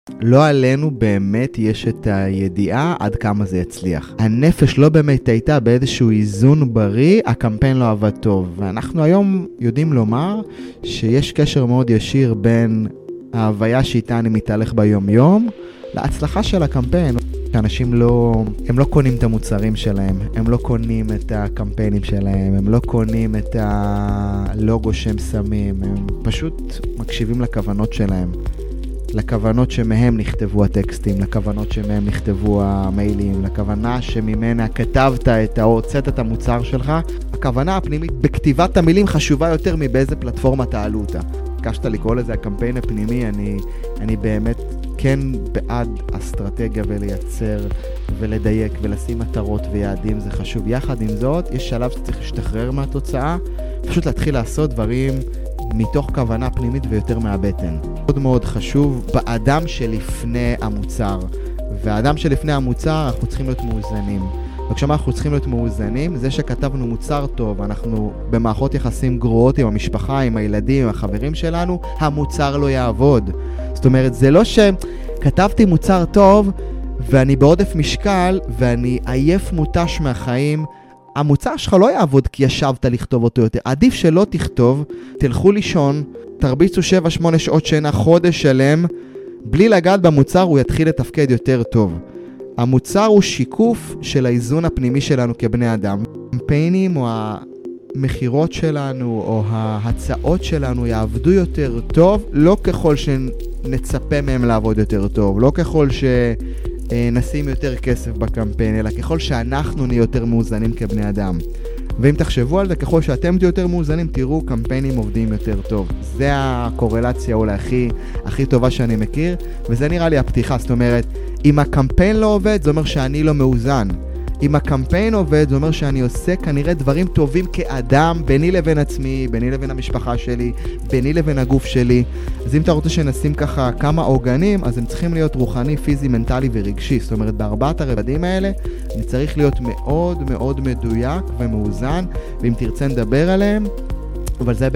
לא עלינו באמת יש את הידיעה עד כמה זה יצליח. הנפש לא באמת הייתה באיזשהו איזון בריא, הקמפיין לא עבד טוב. ואנחנו היום יודעים לומר שיש קשר מאוד ישיר בין ההוויה שאיתה אני מתהלך ביום יום, להצלחה של הקמפיין. אנשים לא קונים את המוצרים שלהם, הם לא קונים את הקמפיינים שלהם, הם לא קונים את הלוגו שהם שמים, הם פשוט מקשיבים לכוונות שלהם. לכוונות שמהם נכתבו הטקסטים, לכוונות שמהם נכתבו המיילים, לכוונה שממנה כתבת או הוצאת את המוצר שלך. הכוונה הפנימית בכתיבת המילים חשובה יותר מבאיזה פלטפורמה תעלו אותה. ביקשת לקרוא לזה הקמפיין הפנימי, אני באמת כן בעד אסטרטגיה ולייצר ולדייק ולשים מטרות ויעדים, זה חשוב. יחד עם זאת, יש שלב שצריך להשתחרר מהתוצאה, פשוט להתחיל לעשות דברים מתוך כוונה פנימית ויותר מהבטן. מאוד מאוד חשוב באדם שלפני המוצר. והאדם שלפני המוצר אנחנו צריכים להיות מאוזנים. וכשמה אנחנו צריכים להיות מאוזנים, זה שכתבנו מוצר טוב, אנחנו במערכות יחסים גרועות עם המשפחה, עם הילדים, עם החברים שלנו, המוצר לא יעבוד. זאת אומרת, זה לא שכתבתי מוצר טוב ואני בעודף משקל ואני עייף מוטש מהחיים, המוצר שלך לא יעבוד כי ישבת לכתוב אותו יותר. עדיף שלא תכתוב, תלכו לישון, תרביצו 7-8 שעות שינה, חודש שלם, בלי לגעת במוצר הוא יתחיל לתפקד יותר טוב. המוצר הוא שיקוף של האיזון הפנימי שלנו כבני אדם. הקמפיינים או המחירות שלנו או ההצעות שלנו יעבדו יותר טוב, לא ככל שנצפה מהם לעבוד יותר טוב, לא ככל נשים יותר כסף בקמפיין, אלא ככל שאנחנו נהיה יותר מאוזנים כבני אדם. ואם תחשבו על זה, ככל שאתם תהיו יותר מאוזנים, תראו קמפיינים עובדים יותר טוב. זה הקורלציה אולי הכי טובה שאני מכיר, וזה נראה לי הפתיחה. זאת אומרת, אם הקמפיין לא עובד, זה אומר שאני לא מאוזן. אם הקמפיין עובד, זה אומר שאני עושה כנראה דברים טובים כאדם, ביני לבין עצמי, ביני לבין המשפחה שלי, ביני לבין הגוף שלי. אז אם אתה רוצה שנשים ככה כמה עוגנים, אז הם צריכים להיות רוחני, פיזי, מנטלי ורגשי. זאת אומרת, בארבעת הרבדים האלה, אני צריך להיות מאוד מאוד מדויק ומאוזן, ואם תרצה נדבר עליהם, אבל זה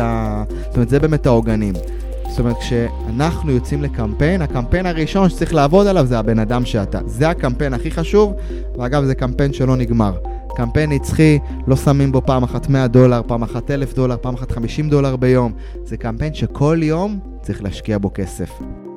באמת העוגנים. זאת אומרת, כשאנחנו יוצאים לקמפיין, הקמפיין הראשון שצריך לעבוד עליו זה הבן אדם שאתה. זה הקמפיין הכי חשוב, ואגב זה קמפיין שלא נגמר. קמפיין נצחי, לא שמים בו פעם אחת $100, פעם אחת $1,000, פעם אחת $50 ביום. זה קמפיין שכל יום צריך להשקיע בו כסף.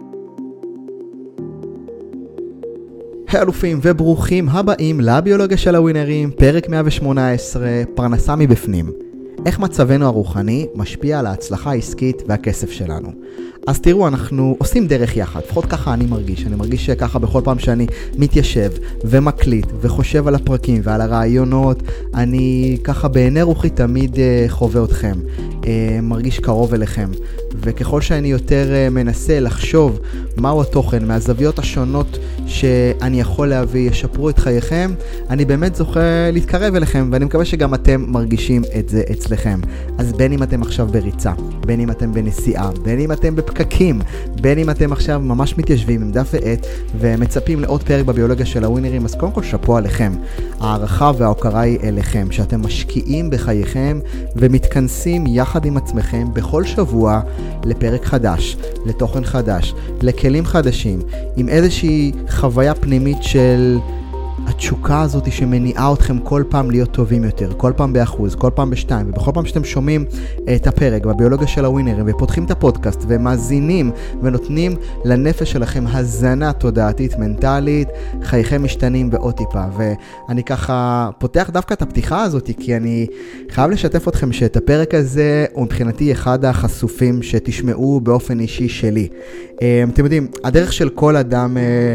אלופים וברוכים הבאים לביולוגיה של הווינרים, פרק 118, פרנסה מבפנים. איך מצבנו הרוחני משפיע על ההצלחה העסקית והכסף שלנו. אז תראו, אנחנו עושים דרך יחד, לפחות ככה אני מרגיש שככה בכל פעם שאני מתיישב ומקליט וחושב על הפרקים ועל הרעיונות, אני ככה בעיני רוחי תמיד חווה אתכם, מרגיש קרוב אליכם, וככל שאני יותר מנסה לחשוב מהו התוכן מהזוויות השונות שאני יכול להביא, ישפרו את חייכם, אני באמת זוכה להתקרב אליכם, ואני מקווה שגם אתם מרגישים את זה אצלכם. אז בין אם אתם עכשיו בריצה, בין אם אתם בנסיעה, בין אם אתם בפקקים, בין אם אתם עכשיו ממש מתיישבים עם דף ועט ומצפים לעוד פרק בביולוגיה של הווינרים, אז קודם כל שפו עליכם. הערכה וההוקרה היא אליכם, שאתם משקיעים בחייכם ומתכנסים יחד עם עצמכם בכל שבוע לפרק חדש, לתוכן חדש, לכלים חדשים, עם איזושהי חוויה פנימית של התשוקה הזאת שמניעה אתכם כל פעם להיות טובים יותר, כל פעם באחוז, כל פעם בשתיים, ובכל פעם שאתם שומעים את הפרק בביולוגיה של הווינרים ופותחים את הפודקאסט ומאזינים ונותנים לנפש שלכם הזנה תודעתית, מנטלית, חייכם משתנים בעוד טיפה. ואני ככה פותח דווקא את הפתיחה הזאת, כי אני חייב לשתף אתכם שאת הפרק הזה הוא מבחינתי אחד החשופים שתשמעו באופן אישי שלי. אתם יודעים, הדרך של כל אדם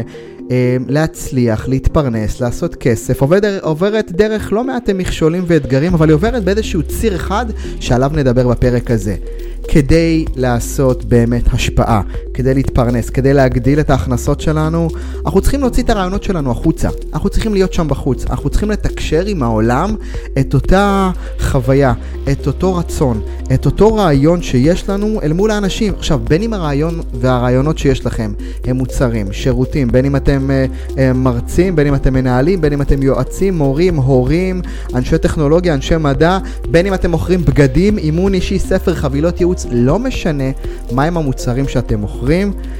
להצליח, להתפרנס, לעשות כסף, עוברת דרך לא מעט מכשולים ואתגרים, אבל היא עוברת באיזשהו ציר אחד שעליו נדבר בפרק הזה. כדי לעשות באמת השפעה, כדי להתפרנס, כדי להגדיל את ההכנסות שלנו, אנחנו צריכים להוציא את הרעיונות שלנו החוצה. אנחנו צריכים להיות שם בחוץ. אנחנו צריכים לתקשר עם העולם את אותה חוויה, את אותו רצון, את אותו רעיון שיש לנו אל מול האנשים. עכשיו, בין אם הרעיון והרעיונות שיש לכם הם מוצרים, שירותים, בין אם אתם מרצים, בין אם אתם מנהלים, בין אם אתם יועצים, מורים, הורים, אנשי טכנולוגיה, אנשי מדע, בין אם אתם מוכרים בגדים, אימון אישי, ספר, חבילות ייעוץ, לא משנה מהם המוצרים שאתם מוכרים,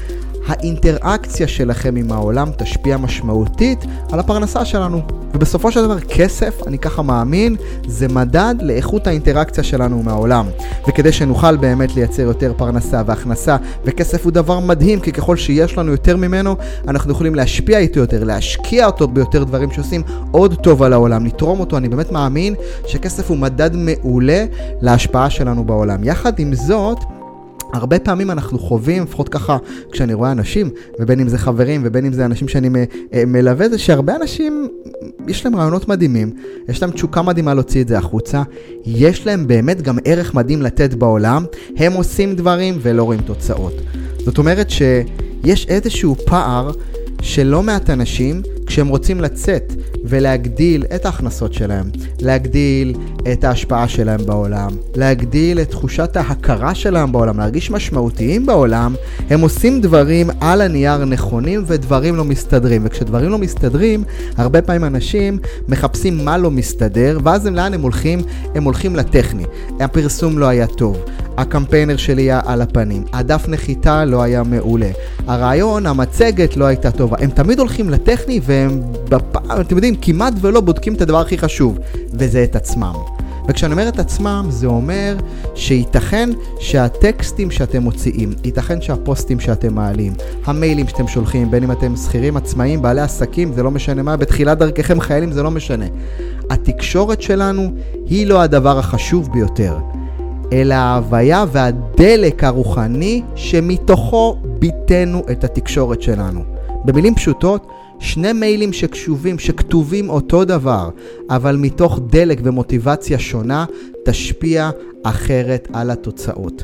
האינטראקציה שלכם עם העולם תשפיע משמעותית על הפרנסה שלנו. ובסופו של דבר כסף, אני ככה מאמין, זה מדד לאיכות האינטראקציה שלנו מהעולם. וכדי שנוכל באמת לייצר יותר פרנסה והכנסה, וכסף הוא דבר מדהים, כי ככל שיש לנו יותר ממנו, אנחנו יכולים להשפיע איתו יותר, להשקיע אותו ביותר דברים שעושים עוד טוב על העולם, לתרום אותו. אני באמת מאמין שכסף הוא מדד מעולה להשפעה שלנו בעולם. יחד עם זאת, הרבה פעמים אנחנו חווים, לפחות ככה כשאני רואה אנשים, ובין אם זה חברים ובין אם זה אנשים שאני מלווה, זה שהרבה אנשים יש להם רעיונות מדהימים, יש להם תשוקה מדהימה להוציא את זה החוצה, יש להם באמת גם ערך מדהים לתת בעולם, הם עושים דברים ולא רואים תוצאות. זאת אומרת שיש איזשהו פער של לא מעט אנשים, כשהם רוצים לצאת ולהגדיל את ההכנסות שלהם, להגדיל את ההשפעה שלהם בעולם, להגדיל את תחושת ההכרה שלהם בעולם, להרגיש משמעותיים בעולם, הם עושים דברים על הנייר נכונים ודברים לא מסתדרים. וכשדברים לא מסתדרים, הרבה פעמים אנשים מחפשים מה לא מסתדר, ואז לאן הם הולכים? הם הולכים לטכני. הפרסום לא היה טוב, הקמפיינר שלי היה על הפנים, הדף נחיתה לא היה מעולה, הרעיון, המצגת לא הייתה טובה. הם תמיד הולכים לטכני והם אתם יודעים, כמעט ולא בודקים את הדבר הכי חשוב, וזה את עצמם. וכשאני אומר את עצמם, זה אומר שייתכן שהטקסטים שאתם מוציאים, ייתכן שהפוסטים שאתם מעלים, המיילים שאתם שולחים, בין אם אתם שכירים, עצמאים, בעלי עסקים, זה לא משנה מה, בתחילת דרככם חיילים, זה לא משנה. התקשורת שלנו היא לא הדבר החשוב ביותר, אלא ההוויה והדלק הרוחני שמתוכו ביטנו את התקשורת שלנו. במילים פשוטות, שני מיילים שקשובים, שכתובים אותו דבר, אבל מתוך דלק ומוטיבציה שונה, תשפיע אחרת על התוצאות.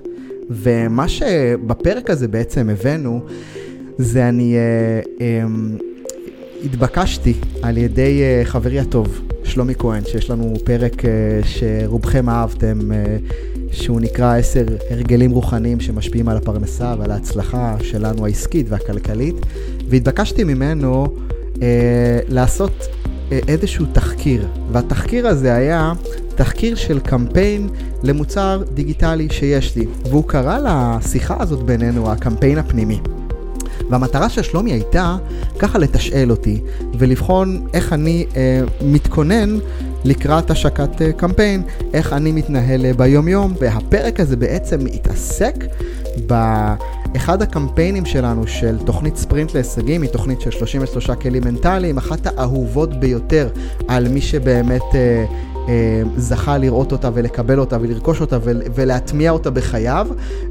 ומה שבפרק הזה בעצם הבאנו, זה אני התבקשתי על ידי חברי הטוב, שלומי כהן, שיש לנו פרק שרובכם אהבתם, שהוא נקרא 10 הרגלים רוחניים שמשפיעים על הפרנסה ועל ההצלחה שלנו העסקית והכלכלית, והתבקשתי ממנו לעשות איזשהו תחקיר, והתחקיר הזה היה תחקיר של קמפיין למוצר דיגיטלי שיש לי, והוא קרא לשיחה הזאת בינינו הקמפיין הפנימי. והמטרה של שלומי הייתה ככה לתשאל אותי ולבחון איך אני מתכונן לקראת השקת קמפיין, איך אני מתנהל ביום יום. והפרק הזה בעצם מתעסק באחד הקמפיינים שלנו של תוכנית ספרינט להישגים, היא תוכנית של 33 כלים מנטליים, אחת האהובות ביותר על מי שבאמת זכה לראות אותה ולקבל אותה ולרכוש אותה ולהטמיע אותה בחייו.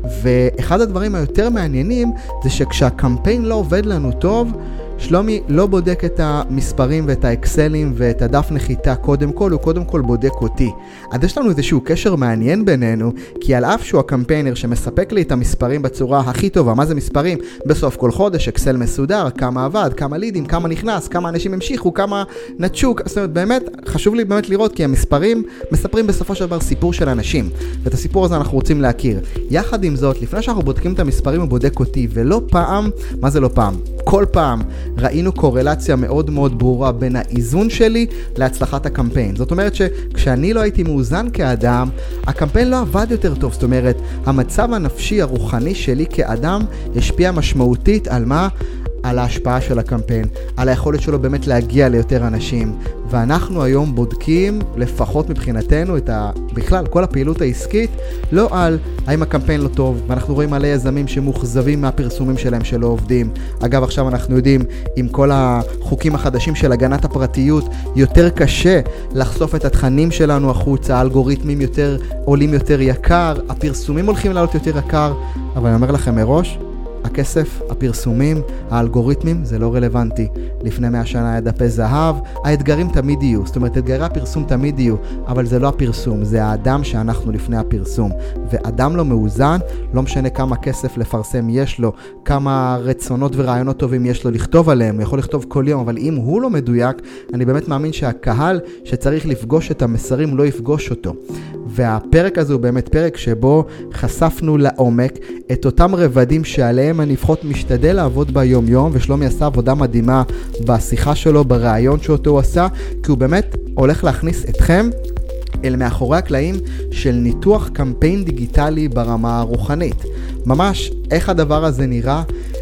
ואחד הדברים היותר מעניינים זה שכשהקמפיין לא עובד לנו טוב, שלומי לא בודק את המספרים ואת האקסלים ואת הדף נחיתה קודם כל, הוא קודם כל בודק אותי. אז יש לנו איזשהו קשר מעניין בינינו, כי על אף שהוא הקמפיינר שמספק לי את המספרים בצורה הכי טובה, מה זה מספרים? בסוף כל חודש, אקסל מסודר, כמה עבד, כמה לידים, כמה נכנס, כמה אנשים המשיכו, כמה נטשו, זאת אומרת, באמת, חשוב לי באמת לראות, כי המספרים מספרים בסופו של דבר סיפור של אנשים, ואת הסיפור הזה אנחנו רוצים להכיר. יחד עם זאת, לפני שאנחנו בודקים את המספרים, הוא בודק אותי, ולא פעם, מה זה לא פעם? כל פעם ראינו קורלציה מאוד מאוד ברורה בין האיזון שלי להצלחת הקמפיין. זאת אומרת שכשאני לא הייתי מאוזן כאדם, הקמפיין לא עבד יותר טוב. זאת אומרת, המצב הנפשי הרוחני שלי כאדם השפיע משמעותית על מה? על ההשפעה של הקמפיין, על היכולת שלו באמת להגיע ליותר אנשים. ואנחנו היום בודקים, לפחות מבחינתנו, בכלל כל הפעילות העסקית, לא על האם הקמפיין לא טוב, ואנחנו רואים מלא יזמים שמוחזבים מהפרסומים שלהם שלא עובדים. אגב, עכשיו אנחנו יודעים, עם כל החוקים החדשים של הגנת הפרטיות, יותר קשה לחשוף את התכנים שלנו החוצה, האלגוריתמים עולים יותר יקר, הפרסומים הולכים לעלות יותר יקר, אבל אני אומר לכם מראש, הכסף, הפרסומים, האלגוריתמים, זה לא רלוונטי. לפני 100 שנה היה דפי זהב, האתגרים תמיד יהיו, זאת אומרת, אתגרי הפרסום תמיד יהיו, אבל זה לא הפרסום, זה האדם שאנחנו לפני הפרסום. ואדם לא מאוזן, לא משנה כמה כסף לפרסם יש לו, כמה רצונות ורעיונות טובים יש לו לכתוב עליהם, הוא יכול לכתוב כל יום, אבל אם הוא לא מדויק, אני באמת מאמין שהקהל שצריך לפגוש את המסרים לא יפגוש אותו. והפרק הזה הוא באמת פרק שבו חשפנו לעומק את אותם רבדים שעליהם אני לפחות משתדל לעבוד ביום יום, ושלומי עשה עבודה מדהימה בשיחה שלו, ברעיון שאותו הוא עשה, כי הוא באמת הולך להכניס אתכם אל מאחורי הקלעים של ניתוח קמפיין דיגיטלי ברמה הרוחנית. ממש איך הדבר הזה נראה,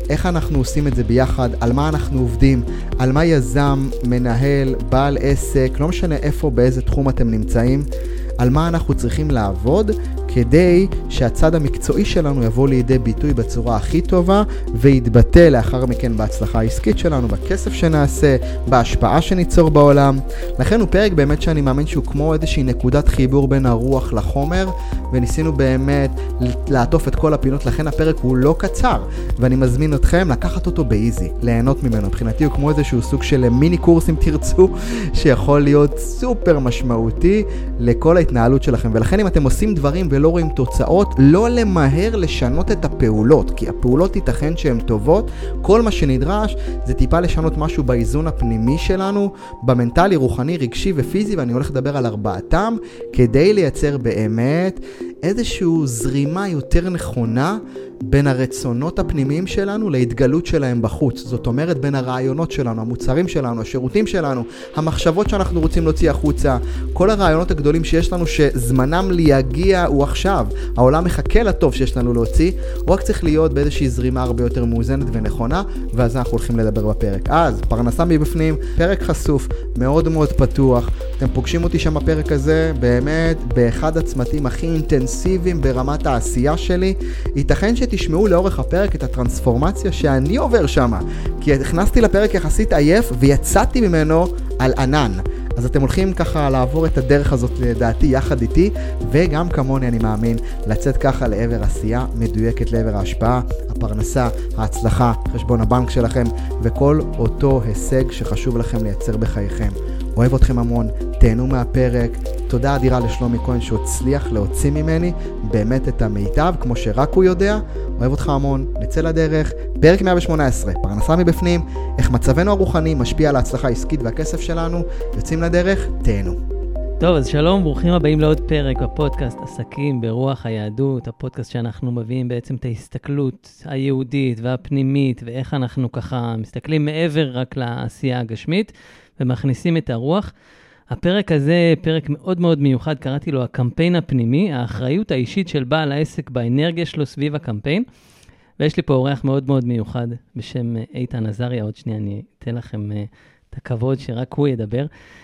איך אנחנו עושים את זה ביחד, על מה אנחנו עובדים, על מה יזם, מנהל, בעל עסק, לא משנה איפה, באיזה תחום אתם נמצאים, על מה אנחנו צריכים לעבוד, כדי שהצד המקצועי שלנו יבוא לידי ביטוי בצורה הכי טובה, ויתבטא לאחר מכן בהצלחה העסקית שלנו, בכסף שנעשה, בהשפעה שניצור בעולם. לכן הוא פרק באמת שאני מאמין שהוא כמו איזושהי נקודת חיבור בין הרוח לחומר, וניסינו באמת לעטוף את כל הפינות, לכן הפרק הוא לא קצר, ואני מזמין אתכם לקחת אותו באיזי, ליהנות ממנו. מבחינתי הוא כמו איזשהו סוג של מיני קורס אם תרצו, שיכול להיות סופר משמעותי לכל ההתנהלות שלכם. ולכן אם אתם עושים דברים ולא רואים תוצאות, לא למהר לשנות את הפעולות, כי הפעולות ייתכן שהן טובות. כל מה שנדרש זה טיפה לשנות משהו באיזון הפנימי שלנו, במנטלי, רוחני, רגשי ופיזי, ואני הולך לדבר על ארבעתם, כדי לייצר באמת איזשהו זרימה יותר נכונה בין הרצונות הפנימיים שלנו להתגלות שלהם בחוץ. זאת אומרת, בין הרעיונות שלנו, המוצרים שלנו, השירותים שלנו, המחשבות שאנחנו רוצים להוציא החוצה, כל הרעיונות הגדולים שיש לנו שזמנם להגיע הוא עכשיו. העולם מחכה לטוב שיש לנו להוציא, הוא רק צריך להיות באיזושהי זרימה הרבה יותר מאוזנת ונכונה, ואז אנחנו הולכים לדבר בפרק. אז, פרנסה מבפנים, פרק חשוף, מאוד מאוד פתוח. אתם פוגשים אותי שם בפרק הזה, באמת, באחד הצמתים הכי אינטנסיביים ברמת העשייה שלי. ייתכן שתשמעו לאורך הפרק את הטרנספורמציה שאני עובר שם, כי הכנסתי לפרק יחסית עייף ויצאתי ממנו על ענן. אז אתם הולכים ככה לעבור את הדרך הזאת לדעתי יחד איתי, וגם כמוני אני מאמין לצאת ככה לעבר עשייה מדויקת, לעבר ההשפעה, הפרנסה, ההצלחה, חשבון הבנק שלכם, וכל אותו הישג שחשוב לכם לייצר בחייכם. אוהב אתכם המון, תהנו מהפרק. תודה אדירה לשלומי כהן שהוא הצליח להוציא ממני באמת את המיטב, כמו שרק הוא יודע. אוהב אותך המון, נצא לדרך. פרק 118, פרנסה מבפנים, איך מצבנו הרוחני משפיע על ההצלחה העסקית והכסף שלנו. יוצאים לדרך, תהנו. טוב, אז שלום, ברוכים הבאים לעוד פרק בפודקאסט עסקים ברוח היהדות, הפודקאסט שאנחנו מביאים בעצם את ההסתכלות היהודית והפנימית, ואיך אנחנו ככה מסתכלים מעבר רק לעשייה הגשמית, ומכניסים את הרוח. הפרק הזה פרק מאוד מאוד מיוחד, קראתי לו הקמפיין הפנימי, האחריות האישית של בעל העסק באנרגיה שלו סביב הקמפיין. ויש לי פה אורח מאוד מאוד מיוחד בשם איתן עזריה, עוד שנייה אני אתן לכם את הכבוד שרק הוא ידבר.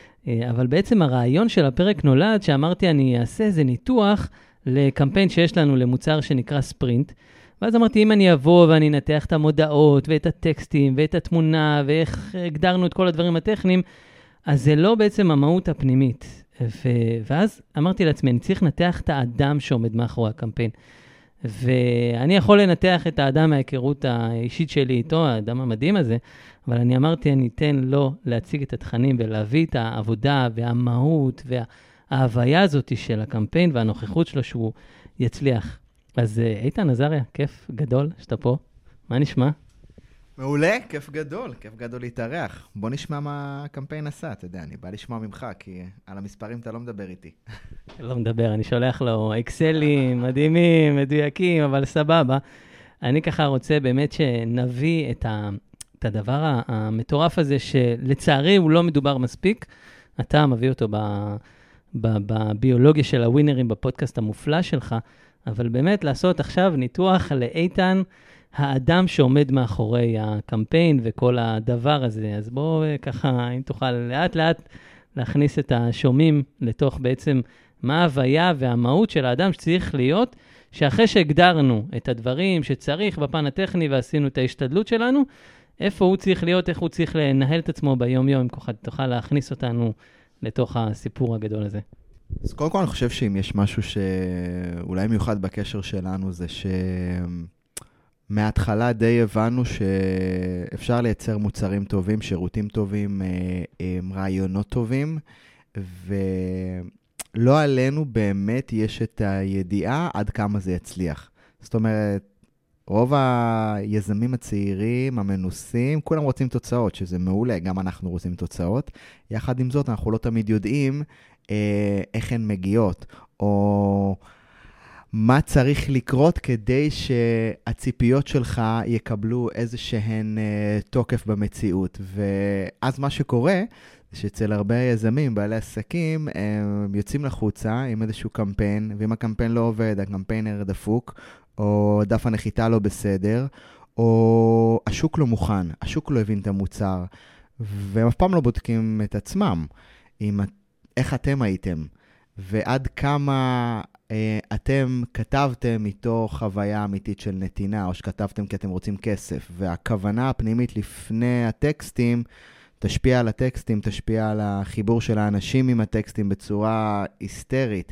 אבל בעצם הרעיון של הפרק נולד שאמרתי אני אעשה איזה ניתוח לקמפיין שיש לנו למוצר שנקרא ספרינט. ואז אמרתי, אם אני אבוא ואני אנתח את המודעות ואת הטקסטים ואת התמונה ואיך הגדרנו את כל הדברים הטכניים, אז זה לא בעצם המהות הפנימית. ואז אמרתי לעצמי, אני צריך לנתח את האדם שעומד מאחורי הקמפיין. ואני יכול לנתח את האדם מההיכרות האישית שלי איתו, האדם המדהים הזה, אבל אני אמרתי, אני אתן לו להציג את התכנים ולהביא את העבודה והמהות וההוויה הזאת של הקמפיין והנוכחות שלו שהוא יצליח. אז איתן עזריה, כיף גדול שאתה פה. מה נשמע? מעולה, כיף גדול להתארח. בוא נשמע מה הקמפיין עשה, אתה יודע, אני בא לשמוע ממך, כי על המספרים אתה לא מדבר איתי. לא מדבר, אני שולח לו אקסלים מדהימים, מדויקים, אבל סבבה. אני ככה רוצה באמת שנביא את הדבר המטורף הזה, שלצערי הוא לא מדובר מספיק. אתה מביא אותו בביולוגיה של הווינרים בפודקאסט המופלא שלך, אבל באמת לעשות עכשיו ניתוח לאיתן, האדם שעומד מאחורי הקמפיין וכל הדבר הזה. אז בואו ככה, אם תוכל לאט לאט להכניס את השומעים לתוך בעצם מה ההוויה והמהות של האדם שצריך להיות, שאחרי שהגדרנו את הדברים שצריך בפן הטכני ועשינו את ההשתדלות שלנו, איפה הוא צריך להיות, איך הוא צריך לנהל את עצמו ביום יום, אם תוכל להכניס אותנו לתוך הסיפור הגדול הזה. אז קודם כל אני חושב שאם יש משהו שאולי מיוחד בקשר שלנו, זה שמההתחלה די הבנו שאפשר לייצר מוצרים טובים, שירותים טובים, רעיונות טובים, ולא עלינו באמת יש את הידיעה עד כמה זה יצליח. זאת אומרת, רוב היזמים הצעירים, המנוסים, כולם רוצים תוצאות, שזה מעולה, גם אנחנו רוצים תוצאות. יחד עם זאת, אנחנו לא תמיד יודעים איך הן מגיעות, או מה צריך לקרות כדי שהציפיות שלך יקבלו איזה שהן תוקף במציאות. ואז מה שקורה, זה שאצל הרבה יזמים, בעלי עסקים, הם יוצאים לחוצה עם איזשהו קמפיין, ואם הקמפיין לא עובד, הקמפיינר דפוק, או דף הנחיתה לא בסדר, או השוק לא מוכן, השוק לא הבין את המוצר, והם אף פעם לא בודקים את עצמם, איך אתם הייתם, ועד כמה אתם כתבתם מתוך חוויה אמיתית של נתינה, או שכתבתם כי אתם רוצים כסף, והכוונה הפנימית לפני הטקסטים, תשפיע על הטקסטים, תשפיע על החיבור של האנשים עם הטקסטים בצורה היסטרית.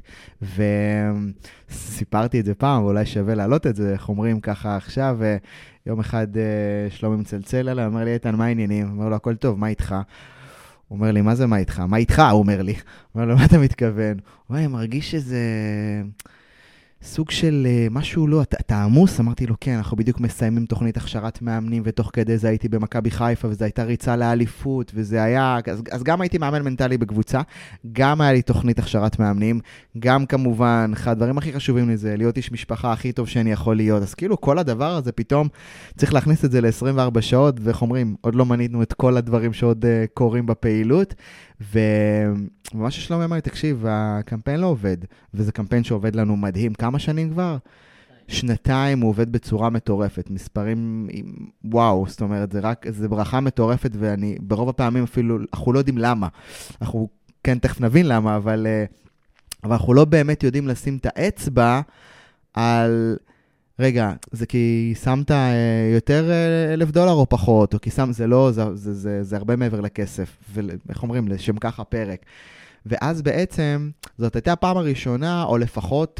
וסיפרתי את זה פעם, ואולי שווה להעלות את זה, איך אומרים ככה עכשיו, יום אחד שלומי מצלצל עליי, אומר לי, איתן, מה העניינים? אומר לו, הכל טוב, מה איתך? הוא אומר לי, מה זה מה איתך? מה איתך? הוא אומר לי. הוא אומר לו, מה אתה מתכוון? הוא אומר, אני מרגיש שזה סוג של משהו לא, אתה עמוס? אמרתי לו, כן, אנחנו בדיוק מסיימים תוכנית הכשרת מאמנים, ותוך כדי זה הייתי במכבי חיפה, וזו הייתה ריצה לאליפות, וזה היה, אז גם הייתי מאמן מנטלי בקבוצה, גם היה לי תוכנית הכשרת מאמנים, גם כמובן, אחד הדברים הכי חשובים לי זה להיות איש משפחה הכי טוב שאני יכול להיות, אז כאילו כל הדבר הזה פתאום צריך להכניס את זה ל-24 שעות, ואיך אומרים, עוד לא מניתנו את כל הדברים שעוד קורים בפעילות, ומה ששלומי אמר לי, תקשיב, הקמפיין לא עובד, וזה קמפיין שעובד לנו מדהים. כמה שנים כבר? 2 הוא עובד בצורה מטורפת, מספרים, וואו, זאת אומרת, זה ברכה מטורפת, ואני ברוב הפעמים אפילו, אנחנו לא יודעים למה. אנחנו כן תכף נבין למה, אבל אנחנו לא באמת יודעים לשים את האצבע על רגע, זה כי שמת יותר $1,000 או פחות, או כי זה לא, זה הרבה מעבר לכסף, ואיך אומרים, לשם כך הפרק. ואז בעצם, זאת הייתה הפעם הראשונה, או לפחות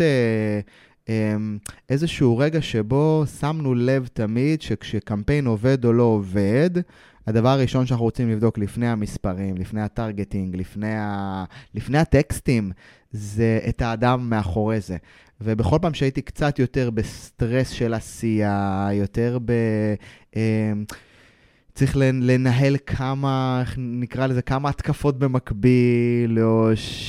איזשהו רגע שבו שמנו לב תמיד, שכשקמפיין עובד או לא עובד, הדבר הראשון שאנחנו רוצים לבדוק לפני המספרים, לפני הטרגטינג, לפני הטקסטים, זה את האדם מאחורי זה. ובכל פעם שהייתי קצת יותר בסטרס של עשייה, יותר צריך לנהל כמה, נקרא לזה, כמה התקפות במקביל, או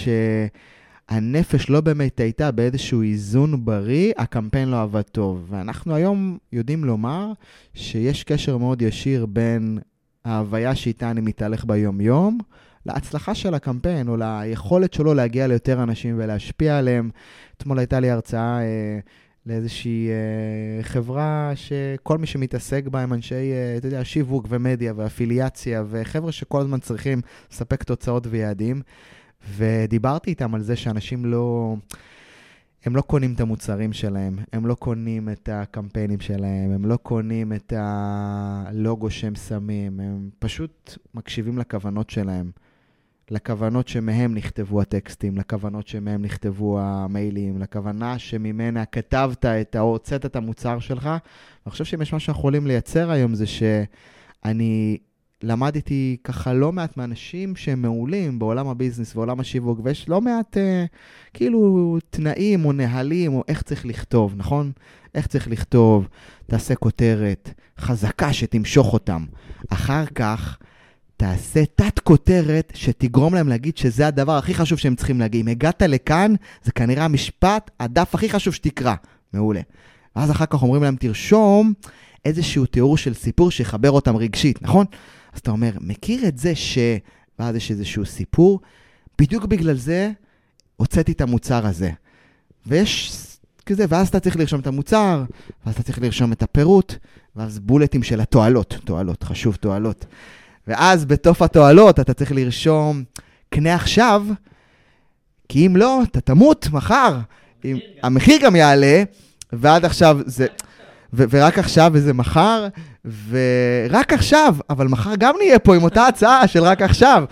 שהנפש לא באמת הייתה באיזשהו איזון בריא, הקמפיין לא עבד טוב. ואנחנו היום יודעים לומר שיש קשר מאוד ישיר בין ההוויה שאיתה אני מתהלך ביום-יום, להצלחה של הקמפיין, או ליכולת שלו להגיע ליותר אנשים ולהשפיע עליהם. אתמול הייתה לי הרצאה לאיזושהי חברה שכל מי שמתעסק בה הם אנשי, אתה יודע, שיווק ומדיה ואפיליאציה, וחבר'ה שכל הזמן צריכים לספק תוצאות ויעדים, ודיברתי איתם על זה שאנשים הם לא קונים את המוצרים שלהם, הם לא קונים את הקמפיינים שלהם, הם לא קונים את הלוגו שהם שמים, הם פשוט מקשיבים לכוונות שלהם. לכוונות שמהם נכתבו הטקסטים, לכוונות שמהם נכתבו המיילים, לכוונה שממנה כתבת או הוצאת את המוצר שלך. אני חושב שאם יש משהו שאנחנו יכולים לייצר היום, זה שאני למדתי ככה לא מעט מאנשים שהם מעולים בעולם הביזנס ועולם השיווק, ויש לא מעט כאילו תנאים או נהלים או איך צריך לכתוב, נכון? איך צריך לכתוב, תעשה כותרת חזקה שתמשוך אותם. אחר כך, תעשה תת כותרת שתגרום להם להגיד שזה הדבר הכי חשוב שהם צריכים להגיד. אם הגעת לכאן, זה כנראה המשפט, הדף הכי חשוב שתקרא. מעולה. ואז אחר כך אומרים להם, תרשום איזשהו תיאור של סיפור שיחבר אותם רגשית, נכון? אז אתה אומר, מכיר את זה ואז יש איזשהו סיפור, בדיוק בגלל זה הוצאתי את המוצר הזה. ויש כזה, ואז אתה צריך לרשום את המוצר, ואז אתה צריך לרשום את הפירוט, ואז בולטים של התועלות, חשוב תועלות. ואז בתוף התועלות אתה צריך לרשום, קנה עכשיו, כי אם לא, אתה תמות מחר. המחיר גם יעלה, ועד עכשיו זה, ורק עכשיו וזה מחר, ורק עכשיו, אבל מחר גם נהיה פה עם אותה הצעה של רק עכשיו.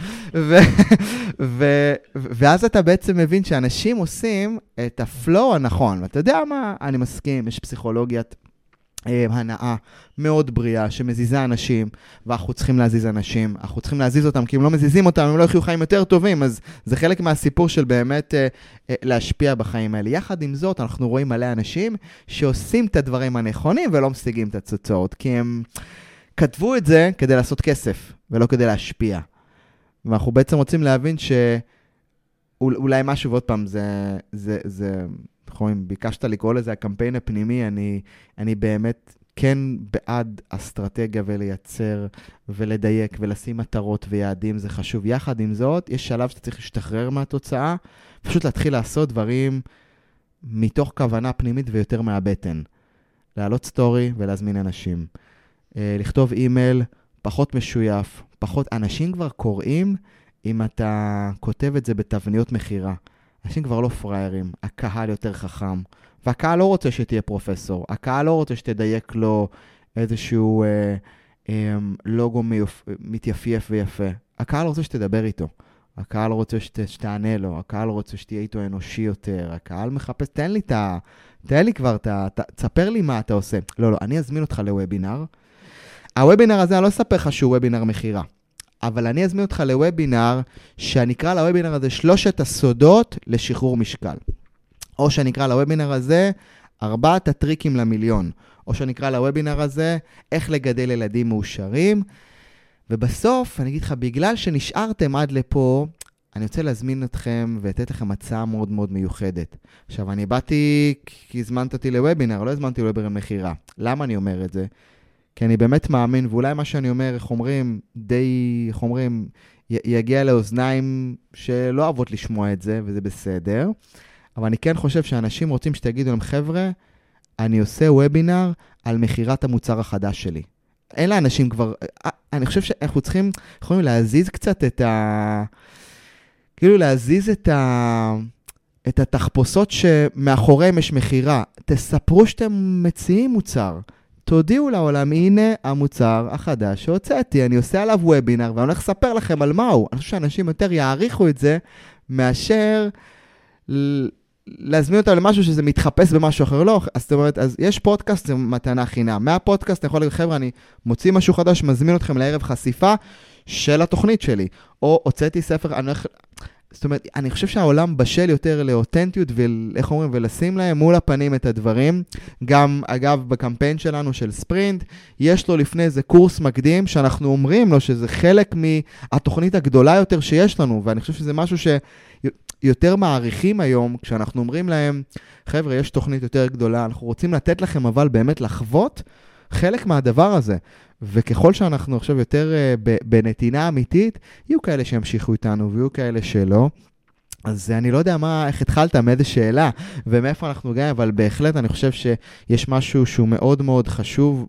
ואז אתה בעצם מבין שאנשים עושים את הפלואו הנכון. ואתה יודע מה? אני מסכים, יש פסיכולוגיית הנאה מאוד בריאה שמזיזה אנשים, ואנחנו צריכים להזיז אנשים, אנחנו צריכים להזיז אותם, כי אם לא מזיזים אותם, הם לא יחיו חיים יותר טובים, אז זה חלק מהסיפור של באמת להשפיע בחיים האלה. יחד עם זאת, אנחנו רואים מלא אנשים שעושים את הדברים הנכונים ולא משיגים את התוצאות, כי הם כתבו את זה כדי לעשות כסף, ולא כדי להשפיע. ואנחנו בעצם רוצים להבין שאולי משהו, ועוד פעם, זה ביקשת לקרוא לזה הקמפיין הפנימי, אני באמת כן בעד אסטרטגיה ולייצר ולדייק ולשים מטרות ויעדים, זה חשוב. יחד עם זאת, יש שלב שאתה צריך להשתחרר מהתוצאה, פשוט להתחיל לעשות דברים מתוך כוונה פנימית ויותר מהבטן. להעלות סטורי ולהזמין אנשים. לכתוב אימייל פחות משויף, פחות, אנשים כבר קוראים אם אתה כותב את זה בתבניות מחירה. אנשים כבר לא פריירים, הקהל יותר חכם, והקהל לא רוצה שתהיה פרופסור, הקהל לא רוצה שתדייק לו איזשהו לוגו מתייפייף ויפה. הקהל רוצה שתדבר איתו, הקהל רוצה שתענה לו, הקהל רוצה שתהיה איתו אנושי יותר, הקהל מחפש, תן לי כבר, תספר לי מה אתה עושה. לא, אני אזמין אותך לוובינר. הוובינר הזה, אני לא אספר לך שהוא וובינר מחירה, אבל אני אזמין אותך לוובינר, שאני אקרא לוובינר הזה 3 הסודות לשחרור משקל. או שאני אקרא לוובינר הזה 4 הטריקים למיליון. או שאני אקרא לוובינר הזה איך לגדל ילדים מאושרים. ובסוף, אני אגיד לך, בגלל שנשארתם עד לפה, אני רוצה להזמין אתכם ולתת לכם הצעה מאוד מאוד מיוחדת. עכשיו, אני באתי כי הזמנת אותי לוובינר, לא הזמנתי לוובינר מחירה. למה אני אומר את זה? כי אני באמת מאמין, ואולי מה שאני אומר, איך אומרים, יגיע לאוזניים שלא אוהבות לשמוע את זה, וזה בסדר. אבל אני כן חושב שאנשים רוצים שתגידו להם, חבר'ה, אני עושה וובינר על מחירת המוצר החדש שלי. אין לאנשים כבר, אני חושב שאנחנו יכולים להזיז קצת להזיז את התחפושות שמאחוריהם יש מחירה. תספרו שאתם מציעים מוצר. תודיעו לעולם, הנה המוצר החדש שהוצאתי, אני עושה עליו וובינר, ואני הולך לספר לכם על מהו. אני חושב שאנשים יותר יעריכו את זה, מאשר להזמין אותם למשהו שזה מתחפש במשהו אחר. לא, אז זאת אומרת, אז יש פודקאסט, זה מתנה חינם. מהפודקאסט אני יכול להגיד, חבר'ה, אני מוציא משהו חדש, מזמין אתכם לערב חשיפה של התוכנית שלי. או הוצאתי ספר, זאת אומרת, אני חושב שהעולם בשל יותר לאותנטיות, ואיך אומרים, ולשים להם מול הפנים את הדברים. גם, אגב, בקמפיין שלנו של ספרינט, יש לו לפני איזה קורס מקדים, שאנחנו אומרים לו שזה חלק מהתוכנית הגדולה יותר שיש לנו, ואני חושב שזה משהו שיותר מעריכים היום, כשאנחנו אומרים להם, חבר'ה, יש תוכנית יותר גדולה, אנחנו רוצים לתת לכם אבל באמת לחוות חלק מהדבר הזה. וככל שאנחנו עכשיו יותר בנתינה אמיתית, יהיו כאלה שימשיכו איתנו ויהיו כאלה שלא. אז אני לא יודע איך התחלת, מאיזה שאלה ומאיפה אנחנו גאים, אבל בהחלט אני חושב שיש משהו שהוא מאוד מאוד חשוב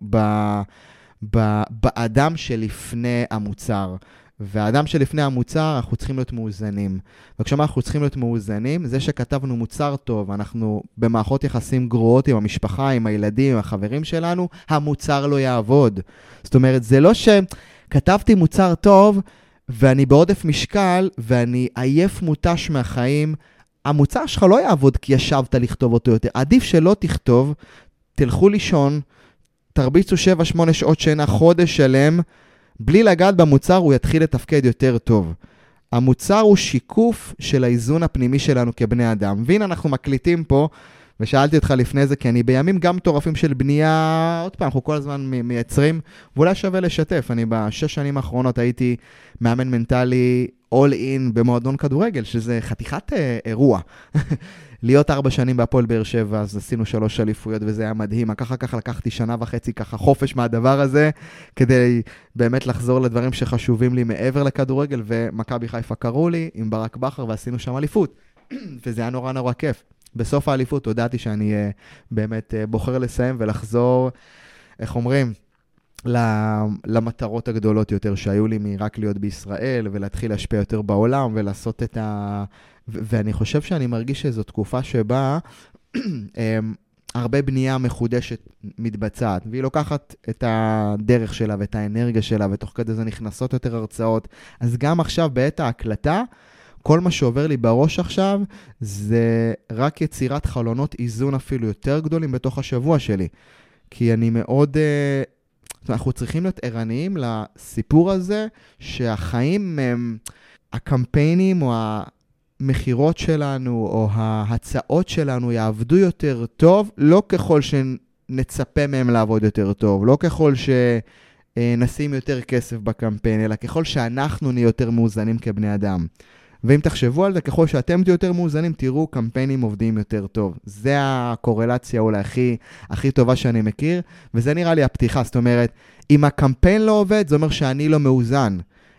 באדם שלפני המוצר. והאדם שלפני המוצר, אנחנו צריכים להיות מאוזנים. וכשמה אנחנו צריכים להיות מאוזנים, זה שכתבנו מוצר טוב, אנחנו במערכות יחסים גרועות עם המשפחה, עם הילדים, עם החברים שלנו, המוצר לא יעבוד. זאת אומרת, זה לא שכתבתי מוצר טוב, ואני בעודף משקל, ואני עייף מוטש מהחיים, המוצר שלך לא יעבוד כי ישבת לכתוב אותו יותר. עדיף שלא תכתוב, תלכו לישון, תרביצו 7-8 שעות שינה, חודש שלם, בלי לגעת במוצר הוא יתחיל לתפקד יותר טוב. המוצר הוא שיקוף של האיזון הפנימי שלנו כבני אדם. והנה אנחנו מקליטים פה, ושאלתי אותך לפני זה, כי אני בימים גם טורפים של בנייה, עוד פעם, אנחנו כל הזמן מייצרים, ואולי שווה לשתף. אני ב6 שנים האחרונות הייתי מאמן מנטלי all in במועדון כדורגל, שזה חתיכת אירוע. להיות 4 שנים בהפועל באר שבע, אז עשינו 3 אליפויות, וזה היה מדהים. ככה לקחתי 1.5 שנה ככה חופש מהדבר הזה, כדי באמת לחזור לדברים שחשובים לי מעבר לכדורגל, ומכבי חיפה קראו לי עם ברק בכר, ועשינו שם אליפות. וזה היה נורא נורא כיף. בסוף האליפות הודעתי שאני באמת בוחר לסיים ולחזור, איך אומרים, למטרות הגדולות יותר שהיו לי מרק להיות בישראל, ולהתחיל להשפיע יותר בעולם, ולעשות את ואני חושב שאני מרגיש שזו תקופה שבה הרבה בנייה מחודשת מתבצעת, והיא לוקחת את הדרך שלה ואת האנרגיה שלה, ותוך כדי זה נכנסות יותר הרצאות. אז גם עכשיו בעת ההקלטה, כל מה שעובר לי בראש עכשיו, זה רק יצירת חלונות איזון אפילו יותר גדולים בתוך השבוע שלי. כי אני מאוד אנחנו צריכים להיות ערניים לסיפור הזה, שהחיים הם הקמפיינים או המחירות שלנו, או ההצעות שלנו יעבדו יותר טוב, לא ככל שנצפה מהם לעבוד יותר טוב, לא ככל שנשים יותר כסף בקמפיין, אלא ככל שאנחנו נהיה יותר מאוזנים כבני אדם. ואם תחשבו על זה, ככל שאתם תהיו יותר מאוזנים, תראו קמפיינים עובדים יותר טוב. זה הקורלציה אולי הכי טובה שאני מכיר, וזה נראה לי הפתיחה. זאת אומרת, אם הקמפיין לא עובד, זה אומר שאני לא מאוזן.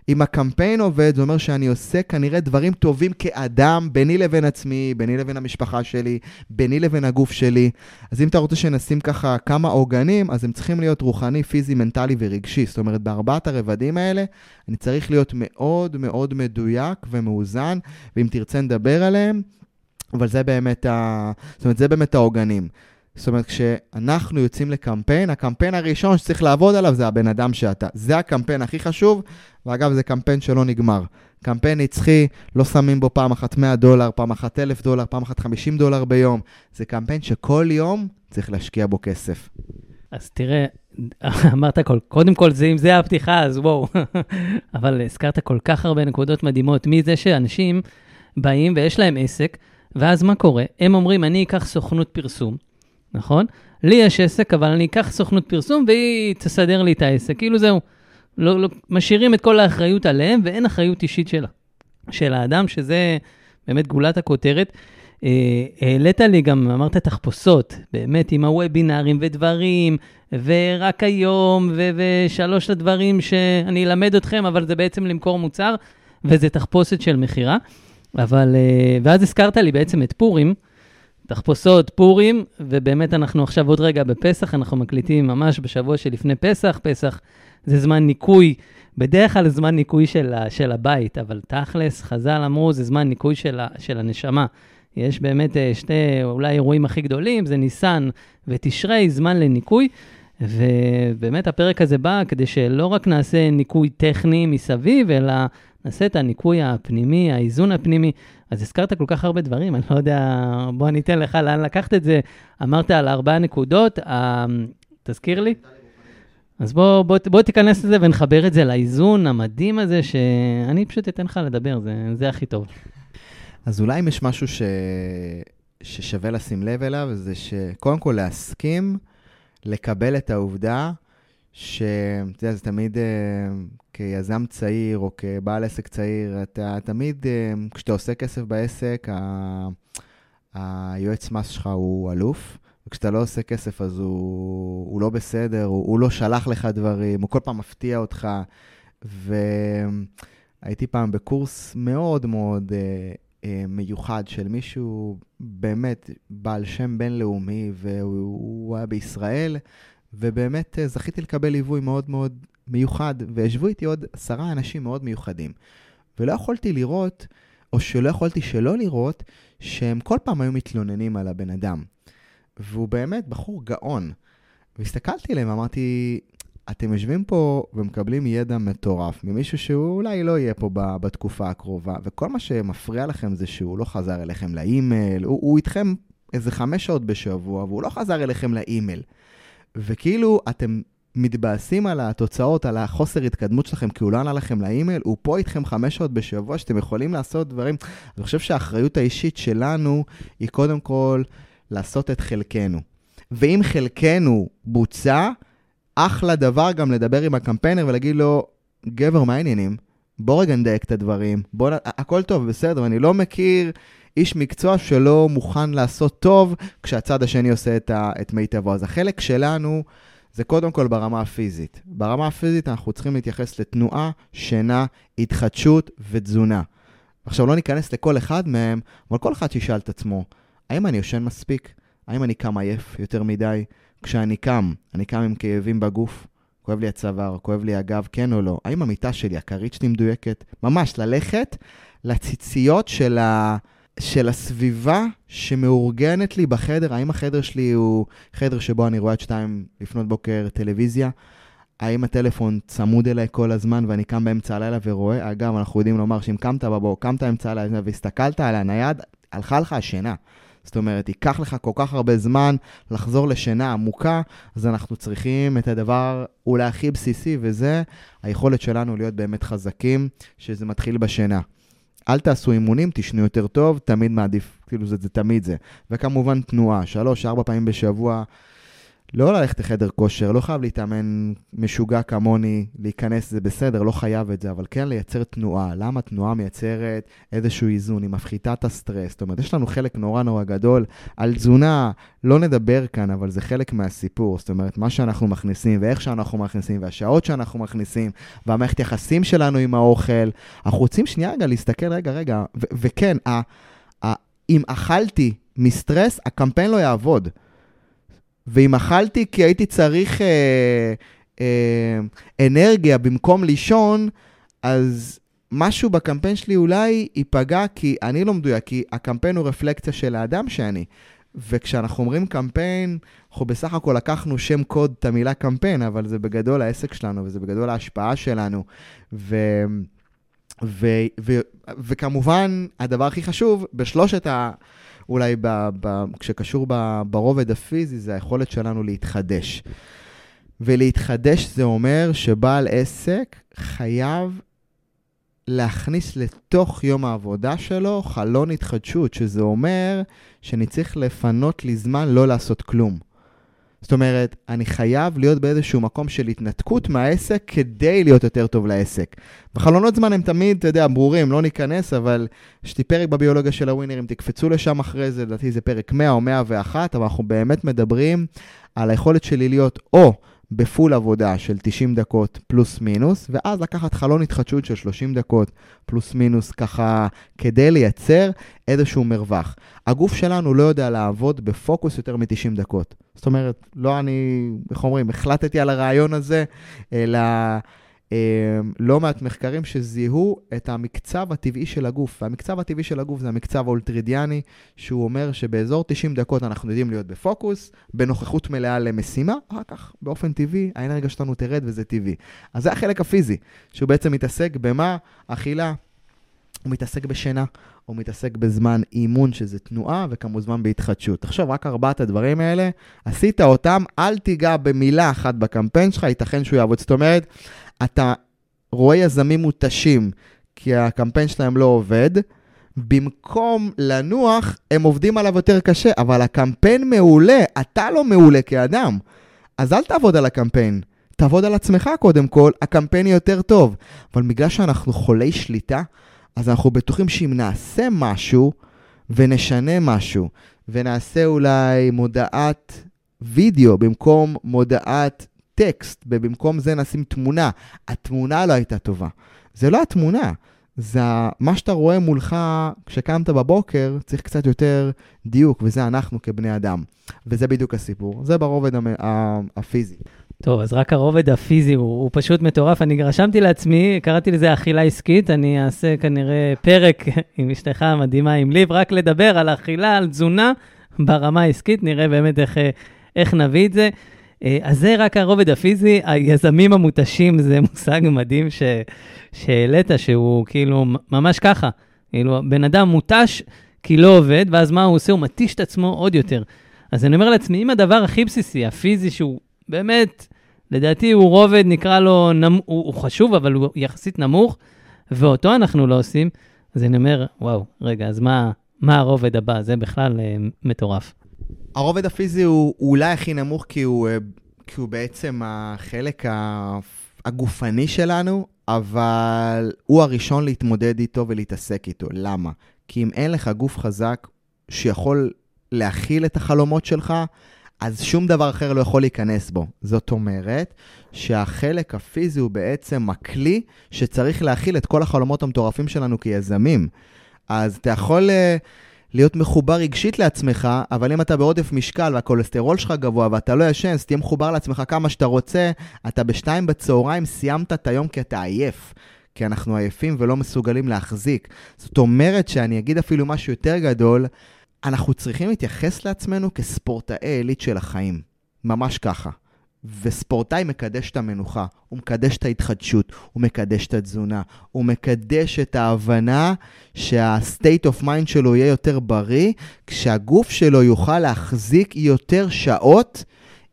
אם הקמפיין עובד, זה אומר שאני עושה כנראה דברים טובים כאדם, ביני לבין עצמי, ביני לבין המשפחה שלי, ביני לבין הגוף שלי. אז אם אתה רוצה שנשים ככה כמה עוגנים, אז הם צריכים להיות רוחני, פיזי, מנטלי ורגשי. זאת אומרת, בארבעת הרבדים האלה, אני צריך להיות מאוד מאוד מדויק ומאוזן, ואם תרצה נדבר עליהם, אבל זה באמת, זאת אומרת, זה באמת העוגנים. זאת אומרת, כשאנחנו יוצאים לקמפיין, הקמפיין הראשון שצריך לעבוד עליו זה הבן אדם שאתה. זה הקמפיין הכי חשוב, ואגב, זה קמפיין שלא נגמר. קמפיין נצחי, לא שמים בו פעם אחת $100, פעם אחת $1,000, פעם אחת $50 ביום. זה קמפיין שכל יום צריך להשקיע בו כסף. אז תראה, אמרת קודם כל, אם זה הפתיחה, אז וואו. אבל הזכרת כל כך הרבה נקודות מדהימות, מזה שאנשים באים ויש להם עסק, ואז מה קורה? הם אומרים, אני אקח סוכנות פרסום, נכון? לי יש עסק, אבל אני אקח סוכנות פרסום, והיא תסדר לי את העסק. כאילו זהו, לא, משאירים את כל האחריות עליהם, ואין אחריות אישית של האדם, שזה באמת גולת הכותרת. העלית לי גם, אמרת תחפושות, באמת עם הוובינרים ודברים, ורק היום, ושלוש הדברים שאני אלמד אתכם, אבל זה בעצם למכור מוצר, וזה תחפושת של מחירה. אבל, ואז הזכרת לי בעצם את פורים, תחפושות פורים, ובאמת אנחנו עכשיו עוד רגע בפסח, אנחנו מקליטים ממש בשבוע שלפני פסח, פסח זה זמן ניקוי, בדרך כלל זמן ניקוי של הבית, אבל תכלס, חז"ל אמרו, זה זמן ניקוי של הנשמה. יש באמת שתי אולי אירועים הכי גדולים, זה ניסן ותשרי, זמן לניקוי, ובאמת הפרק הזה בא כדי שלא רק נעשה ניקוי טכני מסביב, אלא נעשה את הניקוי הפנימי, האיזון הפנימי. אז הזכרת כל כך הרבה דברים, אני לא יודע, בוא ניתן לך לאן לקחת את זה. אמרת על 4 נקודות, תזכיר לי? אז בוא תיכנס לזה ונחבר את זה לאיזון המדהים הזה, שאני פשוט אתן לך לדבר, זה הכי טוב. אז אולי אם יש משהו ששווה לשים לב אליו, זה שקודם כל להסכים, לקבל את העובדה, זה תמיד כיזם צעיר או כבעל עסק צעיר, אתה תמיד, כשאתה עושה כסף בעסק, היועץ מס שלך הוא אלוף, וכשאתה לא עושה כסף אז הוא לא בסדר, הוא לא שלח לך דברים, הוא כל פעם מפתיע אותך, והייתי פעם בקורס מאוד מאוד מיוחד של מישהו באמת בעל שם בינלאומי, והוא היה בישראל, ובאמת זכיתי לקבל ליווי מאוד מאוד מיוחד, וישבו איתי עוד 10 אנשים מאוד מיוחדים. ולא יכולתי לראות, או שלא יכולתי שלא לראות, שהם כל פעם היו מתלוננים על הבן אדם. והוא באמת בחור גאון. והסתכלתי עליהם, אמרתי, אתם יושבים פה ומקבלים ידע מטורף, ממישהו שהוא אולי לא יהיה פה בתקופה הקרובה, וכל מה שמפריע לכם זה שהוא לא חזר אליכם לאימייל, הוא איתכם איזה 5 שעות בשבוע, והוא לא חזר אליכם לאימייל. וכאילו אתם מתבאסים על התוצאות, על החוסר התקדמות שלכם, כי הוא לא ענה לכם לאימייל, הוא פה איתכם 5 שעות בשבוע, שאתם יכולים לעשות דברים. אני חושב שהאחריות האישית שלנו היא קודם כל לעשות את חלקנו. ואם חלקנו בוצע, אחלה דבר גם לדבר עם הקמפיינר ולהגיד לו, גבר, מה העניינים? בוא רגע נדייק את הדברים. הכל טוב, בסדר, אני לא מכיר איש מקצוע שלא מוכן לעשות טוב כשהצד השני עושה את מיטבו. אז החלק שלנו זה קודם כל ברמה הפיזית. ברמה הפיזית אנחנו צריכים להתייחס לתנועה, שינה, התחדשות ותזונה. עכשיו לא ניכנס לכל אחד מהם, אבל כל אחד שישאל את עצמו, האם אני יושן מספיק? האם אני קם עייף יותר מדי? כשאני קם, אני קם עם כאבים בגוף, כואב לי הצוואר, כואב לי הגב, כן או לא? האם המיטה שלי, הכרית שלי מדויקת? ממש ללכת לציציות של הסביבה שמאורגנת לי בחדר. האם החדר שלי הוא חדר שבו אני רואה עד 2 לפנות בוקר טלוויזיה? האם הטלפון צמוד אליי כל הזמן ואני קם באמצע הלילה ורואה? אגב, אנחנו יודעים לומר שאם קמת בבוקר, קמת אמצע הלילה והסתכלת על הנייד, הלכה לך השינה. זאת אומרת, ייקח לך כל כך הרבה זמן לחזור לשינה עמוקה, אז אנחנו צריכים את הדבר אולי הכי בסיסי, וזה היכולת שלנו להיות באמת חזקים, שזה מתחיל בשינה. אל תעשו אימונים, תשנו יותר טוב, תמיד מעדיף, כאילו זה תמיד זה. וכמובן תנועה, 3-4 פעמים בשבוע, לא ללכת לחדר כושר, לא חייב להתאמן משוגע כמוני, להיכנס, זה בסדר, לא חייב את זה, אבל כן לייצר תנועה. למה תנועה מייצרת איזשהו איזון, היא מפחיתה את הסטרס? זאת אומרת, יש לנו חלק נורא נורא גדול על תזונה, לא נדבר כאן, אבל זה חלק מהסיפור. זאת אומרת, מה שאנחנו מכניסים, ואיך שאנחנו מכניסים, והשעות שאנחנו מכניסים, והמערכת יחסים שלנו עם האוכל. אנחנו רוצים שנייה רגע להסתכל, רגע, וכן, אם אכלתי מסטרס, הקמפיין לא יעבוד. ואם אכלתי כי הייתי צריך אנרגיה במקום לישון, אז משהו בקמפיין שלי אולי ייפגע, כי אני לא מדויק, כי הקמפיין הוא רפלקציה של האדם שאני. וכשאנחנו אומרים קמפיין, אנחנו בסך הכל לקחנו שם קוד את המילה קמפיין, אבל זה בגדול העסק שלנו, וזה בגדול ההשפעה שלנו. וכמובן, הדבר הכי חשוב, בשלושת אולי כשקשור ברובד הפיזי, זה היכולת שלנו להתחדש. ולהתחדש זה אומר שבעל עסק חייב להכניס לתוך יום העבודה שלו חלון התחדשות, שזה אומר שאני צריך לפנות לי זמן לא לעשות כלום. זאת אומרת, אני חייב להיות באיזשהו מקום של התנתקות מהעסק כדי להיות יותר טוב לעסק. וחלונות זמן הם תמיד, אתה יודע, ברורים, לא ניכנס, אבל יש לי פרק בביולוגיה של הווינרים, תקפצו לשם אחרי זה, לדעתי זה פרק 100 או 101, אבל אנחנו באמת מדברים על היכולת שלי להיות או בפול עבודה של 90 דקות פלוס מינוס, ואז לקחת חלון התחדשות של 30 דקות פלוס מינוס, ככה כדי לייצר איזשהו מרווח. הגוף שלנו לא יודע לעבוד בפוקוס יותר מ-90 דקות. זאת אומרת, לא אני, איך אומרים, החלטתי על הרעיון הזה, אלא לא מעט מחקרים שזיהו את המקצב הטבעי של הגוף. והמקצב הטבעי של הגוף זה המקצב האולטרידיאני, שהוא אומר שבאזור 90 דקות אנחנו יודעים להיות בפוקוס, בנוכחות מלאה למשימה, אחר כך באופן טבעי, האנרגיה שלנו תרד וזה טבעי. אז זה החלק הפיזי, שהוא בעצם מתעסק במה? אכילה, הוא מתעסק בשינה, הוא מתעסק בזמן אימון שזה תנועה, וכמובן בהתחדשות. תחשוב, רק 4 הדברים האלה, עשית אותם, אל תיגע במילה אחת בקמפיין שלך, ייתכן שהוא יעבוד. זאת אומרת, אתה רואה יזמים מותשים, כי הקמפיין שלהם לא עובד, במקום לנוח, הם עובדים עליו יותר קשה, אבל הקמפיין מעולה, אתה לא מעולה כאדם, אז אל תעבוד על הקמפיין, תעבוד על עצמך קודם כל, הקמפיין יהיה יותר טוב, אבל בגלל שאנחנו חולי שליטה, אז אנחנו בטוחים שאם נעשה משהו, ונשנה משהו, ונעשה אולי מודעת וידאו, במקום מודעת טקסט, ובמקום זה נשים תמונה. התמונה לא הייתה טובה. זה לא התמונה. זה מה שאתה רואה מולך כשקמת בבוקר, צריך קצת יותר דיוק, וזה אנחנו כבני אדם. וזה בדיוק הסיפור. זה ברובד הפיזי. טוב, אז רק הרובד הפיזי הוא פשוט מטורף. אני רשמתי לעצמי, קראתי לזה אכילה עסקית, אני אעשה כנראה פרק עם אשתך המדהימה, עם ליב, רק לדבר על אכילה, על תזונה ברמה העסקית, נראה באמת איך נביא את זה. אז זה רק הרובד הפיזי, היזמים המותשים זה מושג מדהים שהעלית, שהוא כאילו ממש ככה, כאילו בן אדם מותש כי לא עובד, ואז מה הוא עושה? הוא מתיש את עצמו עוד יותר. אז אני אומר לעצמי, אם הדבר הכי בסיסי, הפיזי שהוא באמת, לדעתי הוא רובד, נקרא לו, הוא חשוב, אבל הוא יחסית נמוך, ואותו אנחנו לא עושים, אז אני אומר, וואו, רגע, אז מה הרובד הבא? זה בכלל מטורף. הרובד הפיזי הוא אולי הכי נמוך, כי הוא בעצם החלק הגופני שלנו, אבל הוא הראשון להתמודד איתו ולהתעסק איתו. למה? כי אם אין לך גוף חזק שיכול להכיל את החלומות שלך, אז שום דבר אחר לא יכול להיכנס בו. זאת אומרת שהחלק הפיזי הוא בעצם הכלי שצריך להכיל את כל החלומות המטורפים שלנו כיזמים. אז אתה יכול להיות מחובר רגשית לעצמך, אבל אם אתה בעודף משקל והכולסטרול שלך גבוה ואתה לא ישן, אז תהיה מחובר לעצמך כמה שאתה רוצה, אתה ב2 בצהריים סיימת את היום כי אתה עייף. כי אנחנו עייפים ולא מסוגלים להחזיק. זאת אומרת שאני אגיד אפילו משהו יותר גדול, אנחנו צריכים להתייחס לעצמנו כספורטאי עילית של החיים. ממש ככה. וספורטאי מקדש את המנוחה, הוא מקדש את ההתחדשות, הוא מקדש את התזונה, הוא מקדש את ההבנה שה-state of mind שלו יהיה יותר בריא, כשהגוף שלו יוכל להחזיק יותר שעות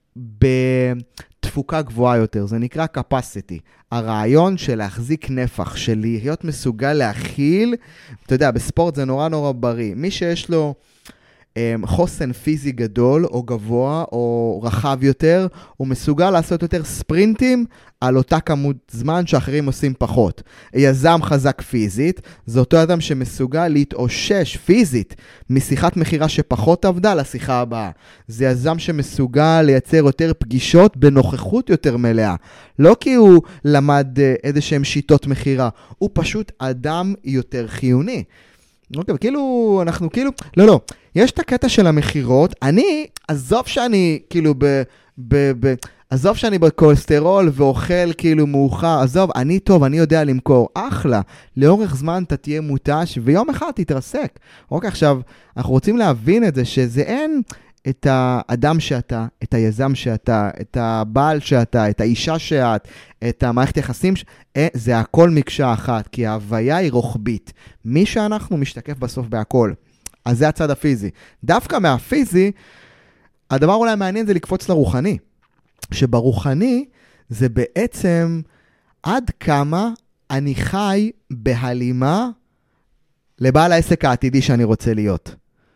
בתפוקה גבוהה יותר. זה נקרא capacity. הרעיון של להחזיק נפח, של להיות מסוגל להכיל, אתה יודע, בספורט זה נורא נורא בריא. מי שיש לו חוסן פיזי גדול או גבוה או רחב יותר, הוא מסוגל לעשות יותר ספרינטים על אותה כמות זמן שאחרים עושים פחות. יזם חזק פיזית, זה אותו אדם שמסוגל להתאושש פיזית משיחת מחירה שפחות עבדה לשיחה הבאה. זה יזם שמסוגל לייצר יותר פגישות בנוכחות יותר מלאה. לא כי הוא למד איזה שהם שיטות מחירה, הוא פשוט אדם יותר חיוני. אוקיי, כאילו, אנחנו כאילו, לא, יש את הקטע של המחירות, עזוב שאני כאילו עזוב שאני בקולסטרול ואוכל כאילו מאוחר, עזוב, אני טוב, אני יודע למכור, אחלה, לאורך זמן אתה תהיה מותש, ויום אחד תתרסק. אוקיי, עכשיו, אנחנו רוצים להבין את זה, שזה אין את האדם שאתה, את היזם שאתה, את הבעל שאתה, את האישה שאת, את המערכת יחסים, זה הכל מקשה אחת, כי ההוויה היא רוחבית. מי שאנחנו משתקף בסוף בהכל. אז זה הצד הפיזי. דווקא מהפיזי, הדבר אולי מעניין זה לקפוץ לרוחני. שברוחני זה בעצם עד כמה אני חי בהלימה לבעל העסק העתידי שאני רוצה להיות.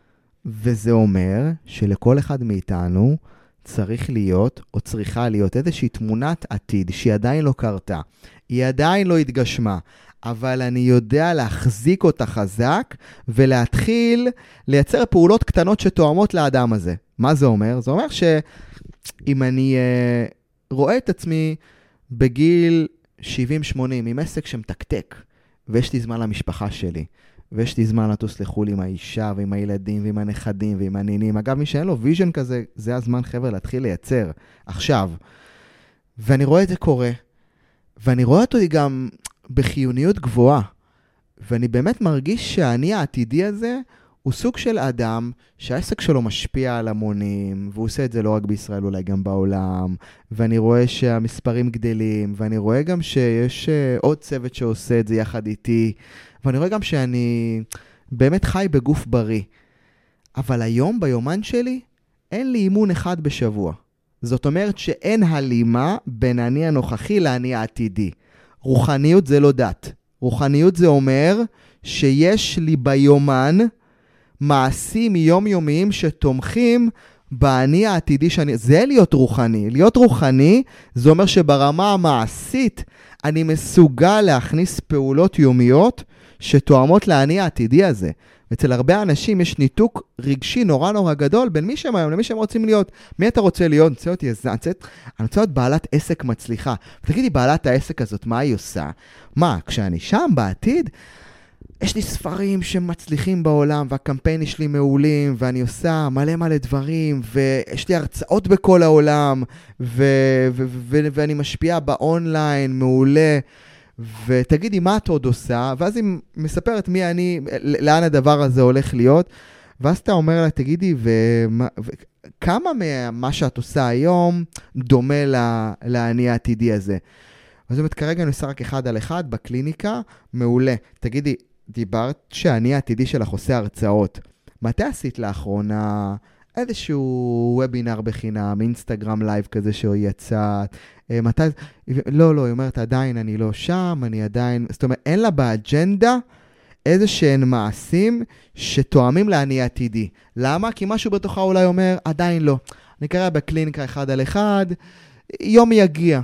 וזה אומר שלכל אחד מאיתנו צריך להיות או צריכה להיות איזושהי תמונת עתיד שהיא עדיין לא קרתה. היא עדיין לא התגשמה, אבל אני יודע להחזיק אותה חזק ולהתחיל לייצר פעולות קטנות שתואמות לאדם הזה. מה זה אומר? זה אומר שאם אני רואה את עצמי בגיל 70-80 עם עסק שמתקתק, ויש לי זמן למשפחה שלי, ויש לי זמן לטוס לחול עם האישה ועם הילדים ועם הנכדים ועם הנינים. אגב, מי שאין לו ויז'ן כזה, זה הזמן חבר'ה להתחיל לייצר עכשיו. ואני רואה את זה קורה, ואני רואה אותו גם בחיוניות גבוהה, ואני באמת מרגיש שהאני העתידי הזה הוא סוג של אדם שהעסק שלו משפיע על המונים, והוא עושה את זה לא רק בישראל, אולי גם בעולם, ואני רואה שהמספרים גדלים, ואני רואה גם שיש עוד צוות שעושה את זה יחד איתי, ואני רואה גם שאני באמת חי בגוף בריא. אבל היום ביומן שלי אין לי אימון אחד בשבוע. זאת אומרת שאין הלימה בין אני הנוכחי לאני העתידי. רוחניות זה לא דת. רוחניות זה אומר שיש לי ביומן מעשים יומיומיים שתומכים באני העתידי שאני... זה להיות רוחני. להיות רוחני זה אומר שברמה המעשית אני מסוגל להכניס פעולות יומיות שתואמות לאני העתידי הזה. אצל הרבה אנשים יש ניתוק רגשי נורא גדול בין מי שהם היום למי שהם רוצים להיות. מי אתה רוצה להיות? אני רוצה להיות בעלת עסק מצליחה. ותגידי, בעלת העסק הזאת, מה היא עושה? מה, כשאני שם בעתיד, יש לי ספרים שמצליחים בעולם, והקמפיינים שלי מעולים, ואני עושה מלא דברים, ויש לי הרצאות בכל העולם, ואני משפיעה באונליין, מעולה. ותגידי מה את עוד עושה, ואז היא מספרת מי אני, לאן הדבר הזה הולך להיות, ואז אתה אומר לה, תגידי, וכמה מה שאת עושה היום דומה לאני העתידי הזה? אז זאת אומרת, כרגע אני עושה רק 1 על 1 בקליניקה, מעולה. תגידי, דיברת שאני העתידי שלך עושה הרצאות. מתי עשית לאחרונה איזשהו וובינר בחינם, אינסטגרם לייב כזה שהוא יצא? מתי? לא, היא אומרת, עדיין אני לא שם, אני עדיין... זאת אומרת, אין לה באג'נדה איזה שהן מעשים שתואמים לאני העתידי. למה? כי משהו בתוכה אולי אומר, עדיין לא. אני קרא בקליניקה 1 על 1, יום יגיע.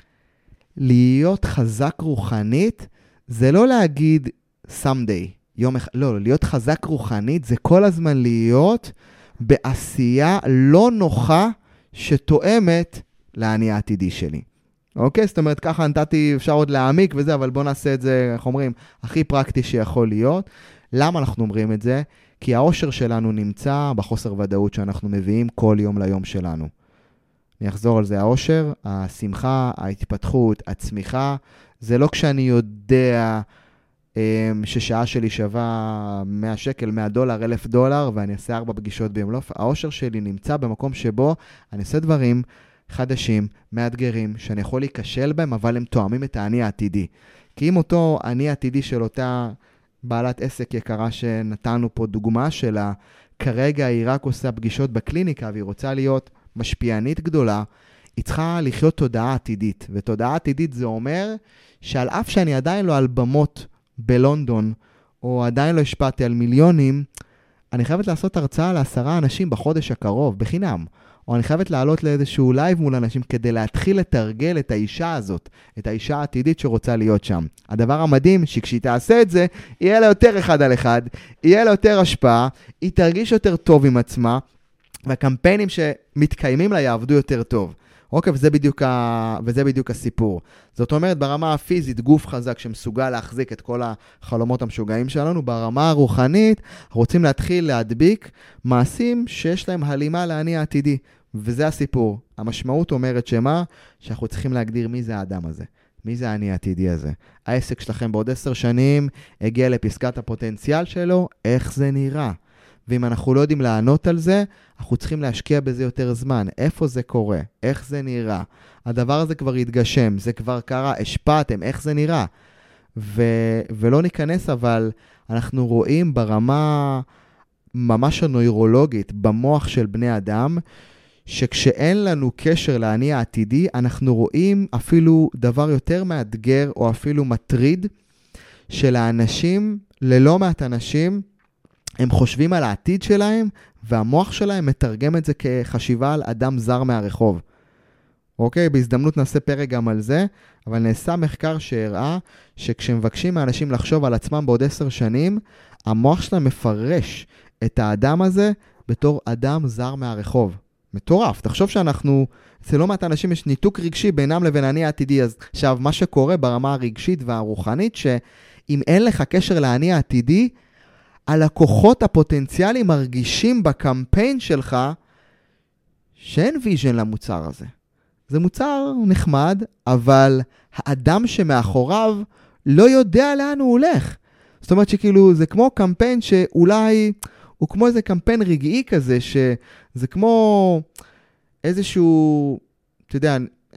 להיות חזק רוחנית, זה לא להגיד someday, לא, להיות חזק רוחנית, זה כל הזמן להיות בעשייה לא נוחה שתואמת לאני העתידי שלי. אוקיי? זאת אומרת, ככה נתתי, אפשר עוד להעמיק וזה, אבל בוא נעשה את זה, איך אומרים, הכי פרקטי שיכול להיות. למה אנחנו אומרים את זה? כי האושר שלנו נמצא בחוסר ודאות שאנחנו מביאים כל יום ליום שלנו. אני אחזור על זה, האושר, השמחה, ההתפתחות, הצמיחה, זה לא כשאני יודע ששעה שלי שווה 100 שקל, 100 דולר, 1,000 דולר, ואני אעשה 4 פגישות ביומלוף. האושר שלי נמצא במקום שבו אני עושה דברים חדשים, מאתגרים, שאני יכול להיכשל בהם, אבל הם תואמים את האני העתידי. כי אם אותו אני העתידי של אותה בעלת עסק יקרה שנתנו פה דוגמה שלה, כרגע היא רק עושה פגישות בקליניקה, והיא רוצה להיות משפיענית גדולה, היא צריכה לחיות תודעה עתידית. ותודעה עתידית זה אומר שעל אף שאני עדיין לא על במות בלונדון, או עדיין לא השפעתי על מיליונים, אני חייבת לעשות הרצאה ל10 אנשים בחודש הקרוב, בחינם. או אני חייבת לעלות לאיזשהו לייב מול אנשים כדי להתחיל לתרגל את האישה הזאת, את האישה העתידית שרוצה להיות שם. הדבר המדהים שכשהיא תעשה את זה, יהיה לה יותר 1 על 1, יהיה לה יותר השפעה, היא תרגיש יותר טוב עם עצמה, והקמפיינים שמתקיימים לה יעבדו יותר טוב. אוקיי, וזה בדיוק הסיפור. זאת אומרת, ברמה הפיזית, גוף חזק שמסוגל להחזיק את כל החלומות המשוגעים שלנו, ברמה הרוחנית, רוצים להתחיל להדביק מעשים שיש להם הלימה לעני העתידי. וזה הסיפור. המשמעות אומרת שמה? שאנחנו צריכים להגדיר מי זה האדם הזה. מי זה העני העתידי הזה? העסק שלכם בעוד 10 שנים הגיע לפסקת הפוטנציאל שלו, איך זה נראה? ואם אנחנו לא יודעים לענות על זה, אנחנו צריכים להשקיע בזה יותר זמן. איפה זה קורה? איך זה נראה? הדבר הזה כבר התגשם, זה כבר קרה, השפעתם, איך זה נראה? ולא ניכנס, אבל אנחנו רואים ברמה ממש הנוירולוגית, במוח של בני אדם, שכשאין לנו קשר לעני העתידי, אנחנו רואים אפילו דבר יותר מאתגר, או אפילו מטריד, של האנשים, ללא מעט אנשים, הם חושבים על העתיד שלהם, והמוח שלהם מתרגם את זה כחשיבה על אדם זר מהרחוב. אוקיי, בהזדמנות נעשה פרק גם על זה, אבל נעשה מחקר שהראה שכשמבקשים מאנשים לחשוב על עצמם בעוד 10 שנים, המוח שלהם מפרש את האדם הזה בתור אדם זר מהרחוב. מטורף. תחשוב שאנחנו, אצל לא מעט אנשים יש ניתוק רגשי בינם לבין העני העתידי. אז עכשיו, מה שקורה ברמה הרגשית והרוחנית, שאם אין לך קשר לעני העתידי, הלקוחות הפוטנציאליים מרגישים בקמפיין שלך שאין ויז'ן למוצר הזה. זה מוצר נחמד, אבל האדם שמאחוריו לא יודע לאן הוא הולך. זאת אומרת שכאילו זה כמו קמפיין שאולי הוא כמו איזה קמפיין רגעי כזה, שזה כמו איזשהו, אתה יודע,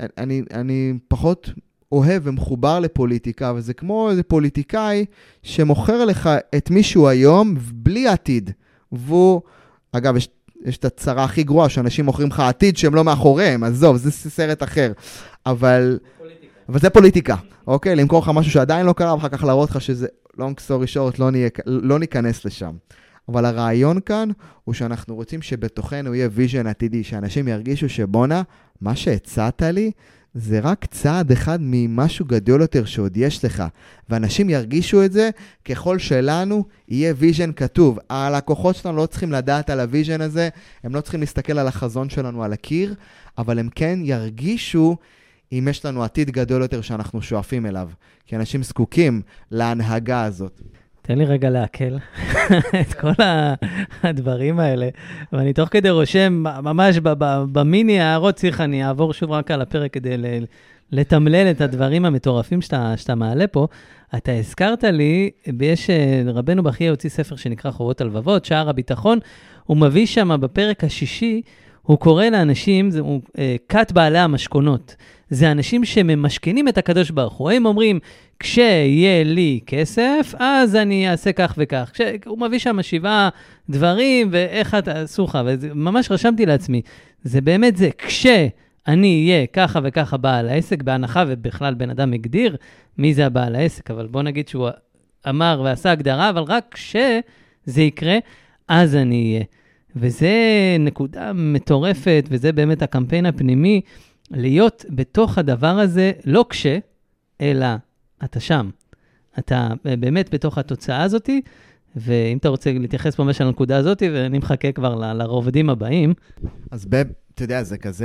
אני פחות אוהב ומחובר לפוליטיקה, וזה כמו איזה פוליטיקאי שמוכר לך את מישהו היום בלי עתיד. והוא, אגב, יש את הצרה הכי גרועה, שאנשים מוכרים לך עתיד שהם לא מאחוריהם, אז זוב, זה סרט אחר. אבל זה פוליטיקה, אוקיי? למכור לך משהו שעדיין לא קרה, ואחר כך להראות לך שזה long story short, לא ניכנס לשם. אבל הרעיון כאן הוא שאנחנו רוצים שבתוכנו יהיה ויז'ן עתידי, שאנשים ירגישו שבונה, מה שהצעת לי, זה רק צעד אחד ממשהו גדול יותר שעוד יש לך. ואנשים ירגישו את זה ככל שלנו יהיה ויז'ן כתוב. הלקוחות שלנו לא צריכים לדעת על הוויז'ן הזה, הם לא צריכים להסתכל על החזון שלנו על הקיר, אבל הם כן ירגישו אם יש לנו עתיד גדול יותר שאנחנו שואפים אליו. כי אנשים זקוקים להנהגה הזאת. תן לי רגע להקל את כל הדברים האלה, ואני תוך כדי רושם, ממש במיני הערות צריך, אני אעבור שוב רק על הפרק כדי לתמלל את הדברים המטורפים שאתה מעלה פה. אתה הזכרת לי, יש רבנו בחייא הוציא ספר שנקרא חובות הלבבות, שער הביטחון, הוא מביא שם בפרק השישי, הוא קורא לאנשים, הוא כת בעלי המשכונות. זה אנשים שממשכנים את הקדוש ברוך הוא. הם אומרים, כשיהיה לי כסף, אז אני אעשה כך וכך. הוא מביא שם 7 דברים, ואיך אתה סוכה, וממש רשמתי לעצמי. זה באמת זה, כשאני אהיה ככה וככה בעל העסק, בהנחה ובכלל בן אדם מגדיר מי זה הבעל העסק, אבל בוא נגיד שהוא אמר ועשה הגדרה, אבל רק כשזה יקרה, אז אני אהיה. וזה נקודה מטורפת, וזה באמת הקמפיין הפנימי, להיות בתוך הדבר הזה, לא אלא אתה שם. אתה באמת בתוך התוצאה הזאת, ואם אתה רוצה להתייחס ממש על הנקודה הזאת, ואני מחכה כבר לרובדים הבאים. אז אתה יודע, זה כזה,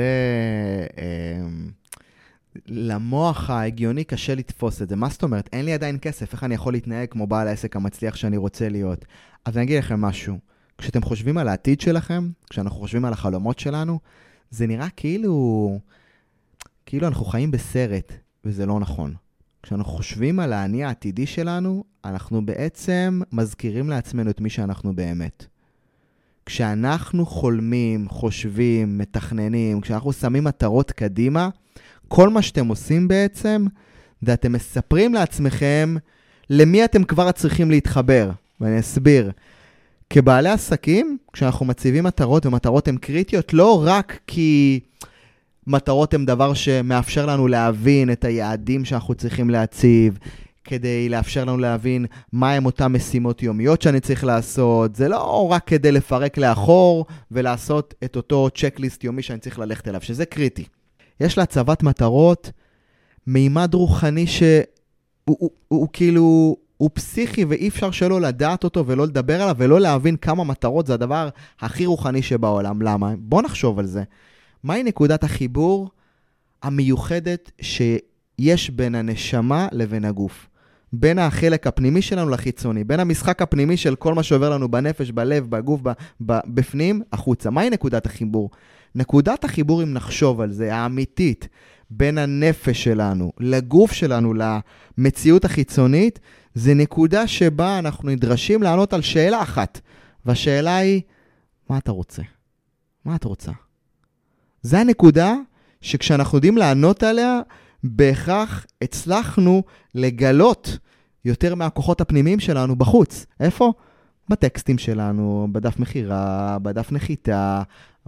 למוח ההגיוני קשה לתפוס את זה. מה זאת אומרת? אין לי עדיין כסף, איך אני יכול להתנהג כמו בעל העסק המצליח שאני רוצה להיות? אז אני אגיד לכם משהו. כשאתם חושבים על העתיד שלכם, כשאנחנו חושבים על החלומות שלנו, זה נראה כאילו אנחנו חיים בסרט, וזה לא נכון. כשאנחנו חושבים על העני העתידי שלנו, אנחנו בעצם מזכירים לעצמנו את מי שאנחנו באמת. כשאנחנו חולמים, חושבים, מתכננים, כשאנחנו שמים מטרות קדימה, כל מה שאתם עושים בעצם, זה אתם מספרים לעצמכם למי אתם כבר צריכים להתחבר. ואני אסביר. כבעלי עסקים, כשאנחנו מציבים מטרות, ומטרות הן קריטיות, לא רק כי מטרות הן דבר שמאפשר לנו להבין את היעדים שאנחנו צריכים להציב, כדי לאפשר לנו להבין מה הם אותם משימות יומיות שאני צריך לעשות. זה לא רק כדי לפרק לאחור ולעשות את אותו צ'קליסט יומי שאני צריך ללכת אליו, שזה קריטי. יש להצבת מטרות מימד רוחני הוא כאילו, הוא פסיכי ואי אפשר שלא לדעת אותו ולא לדבר עליו ולא להבין כמה מטרות זה הדבר הכי רוחני שבעולם. למה? בוא נחשוב על זה. מהי נקודת החיבור המיוחדת שיש בין הנשמה לבין הגוף? בין החלק הפנימי שלנו לחיצוני, בין המשחק הפנימי של כל מה שעובר לנו בנפש, בלב, בגוף, בפנים, החוצה. מהי נקודת החיבור? נקודת החיבור, אם נחשוב על זה, האמיתית, בין הנפש שלנו לגוף שלנו, למציאות החיצונית, זה נקודה שבה אנחנו נדרשים לענות על שאלה אחת. והשאלה היא, מה אתה רוצה? מה אתה רוצה? זה הנקודה שכשאנחנו יודעים לענות עליה, בהכרח הצלחנו לגלות יותר מהכוחות הפנימיים שלנו בחוץ. איפה? בטקסטים שלנו, בדף מחירה, בדף נחיתה,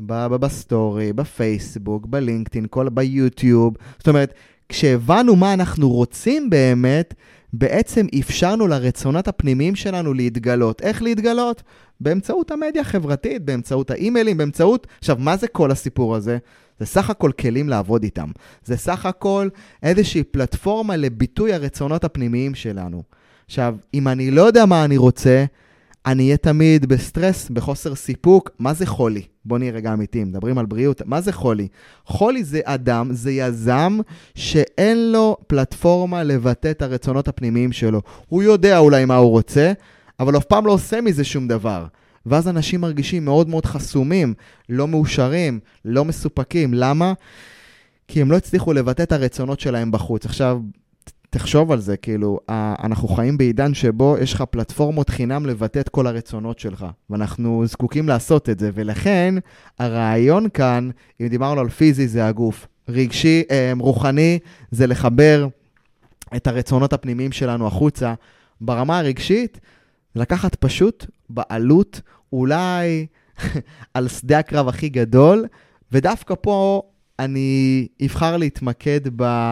בסטורי, בפייסבוק, בלינקדאין, ביוטיוב. זאת אומרת, כשהבנו מה אנחנו רוצים באמת, בעצם אפשרנו לרצונות הפנימיים שלנו להתגלות. איך להתגלות? באמצעות המדיה החברתית, באמצעות האימיילים, באמצעות... עכשיו, מה זה כל הסיפור הזה? זה סך הכל כלים לעבוד איתם. זה סך הכל איזושהי פלטפורמה לביטוי הרצונות הפנימיים שלנו. עכשיו, אם אני לא יודע מה אני רוצה, אני אהיה תמיד בסטרס, בחוסר סיפוק. מה זה חולי? בוא נהיה רגע אמיתיים, מדברים על בריאות. מה זה חולי? חולי זה אדם, זה יזם שאין לו פלטפורמה לבטא את הרצונות הפנימיים שלו. הוא יודע אולי מה הוא רוצה, אבל אף פעם לא עושה מזה שום דבר. ואז אנשים מרגישים מאוד מאוד חסומים, לא מאושרים, לא מסופקים. למה? כי הם לא הצליחו לבטא את הרצונות שלהם בחוץ. עכשיו, תחשוב על זה, כאילו, אנחנו חיים בעידן שבו יש לך פלטפורמות חינם לבטא את כל הרצונות שלך, ואנחנו זקוקים לעשות את זה, ולכן הרעיון כאן, אם דיברנו על פיזי, זה הגוף, רגשי, רוחני, זה לחבר את הרצונות הפנימיים שלנו החוצה. ברמה הרגשית, לקחת פשוט בעלות, אולי על שדה הקרב הכי גדול, ודווקא פה אני אבחר להתמקד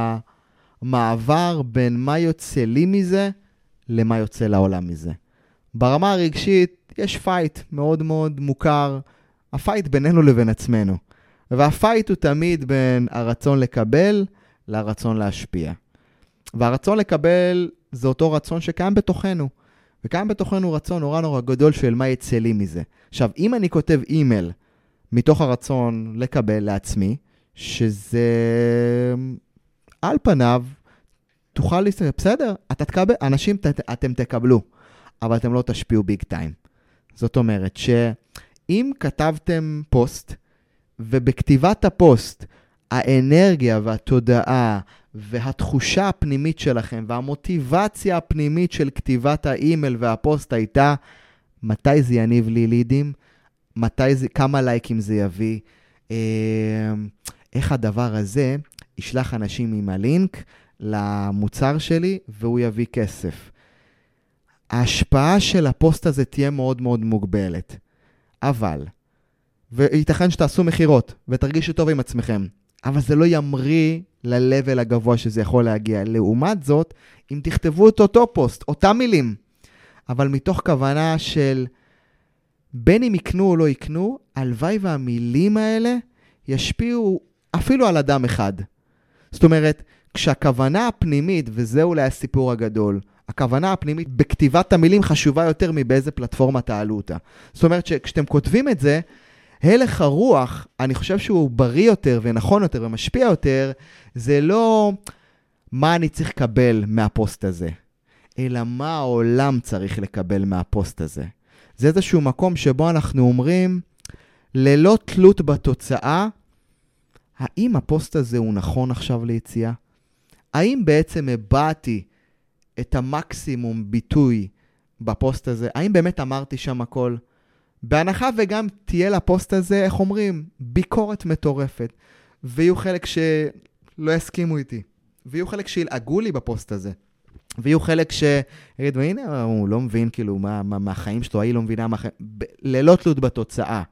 במעבר בין מה יוצא לי מזה, למה יוצא לעולם מזה. ברמה הרגשית יש פייט מאוד מאוד מוכר, הפייט בינינו לבין עצמנו. והפייט הוא תמיד בין הרצון לקבל לרצון להשפיע. והרצון לקבל זה אותו רצון שקיים בתוכנו. וקיים בתוכנו רצון נורא נורא גדול של מה יצא לי מזה. עכשיו, אם אני כותב אימייל מתוך הרצון לקבל לעצמי, שזה על פניו, תוכל להסתכל, בסדר, אתה תקבל, אנשים אתם תקבלו, אבל אתם לא תשפיעו ביג טיים. זאת אומרת שאם כתבתם פוסט, ובכתיבת הפוסט, האנרגיה והתודעה והתחושה הפנימית שלכם והמוטיבציה הפנימית של כתיבת האימייל והפוסט הייתה מתי זה יניב לי לידים, כמה לייקים זה יביא, איך הדבר הזה ישלח אנשים עם הלינק למוצר שלי והוא יביא כסף. ההשפעה של הפוסט הזה תהיה מאוד מאוד מוגבלת. אבל, וייתכן שתעשו מחירות ותרגישו טוב עם עצמכם, אבל זה לא ימריא ללבל הגבוה שזה יכול להגיע. לעומת זאת, אם תכתבו את אותו פוסט, אותם מילים, אבל מתוך כוונה של בין אם יקנו או לא יקנו, הלוואי והמילים האלה ישפיעו אפילו על אדם אחד. זאת אומרת, כשהכוונה הפנימית, וזה אולי הסיפור הגדול, הכוונה הפנימית בכתיבת המילים חשובה יותר מבאיזה פלטפורמה תעלו אותה. זאת אומרת שכשאתם כותבים את זה, הלך הרוח, אני חושב שהוא בריא יותר ונכון יותר ומשפיע יותר, זה לא מה אני צריך לקבל מהפוסט הזה, אלא מה העולם צריך לקבל מהפוסט הזה. זה איזשהו מקום שבו אנחנו אומרים, ללא תלות בתוצאה, האם הפוסט הזה הוא נכון עכשיו ליציאה? האם בעצם הבאתי את המקסימום ביטוי בפוסט הזה? האם באמת אמרתי שם הכל? בהנחה וגם תהיה לפוסט הזה, איך אומרים, ביקורת מטורפת. ויהיו חלק שלא יסכימו איתי. ויהיו חלק שילעגו לי בפוסט הזה. ויהיו חלק שיגיד, והנה, הוא לא מבין כאילו מה החיים שלו, היא לא מבינה מה החיים. ללא תלות בתוצאה.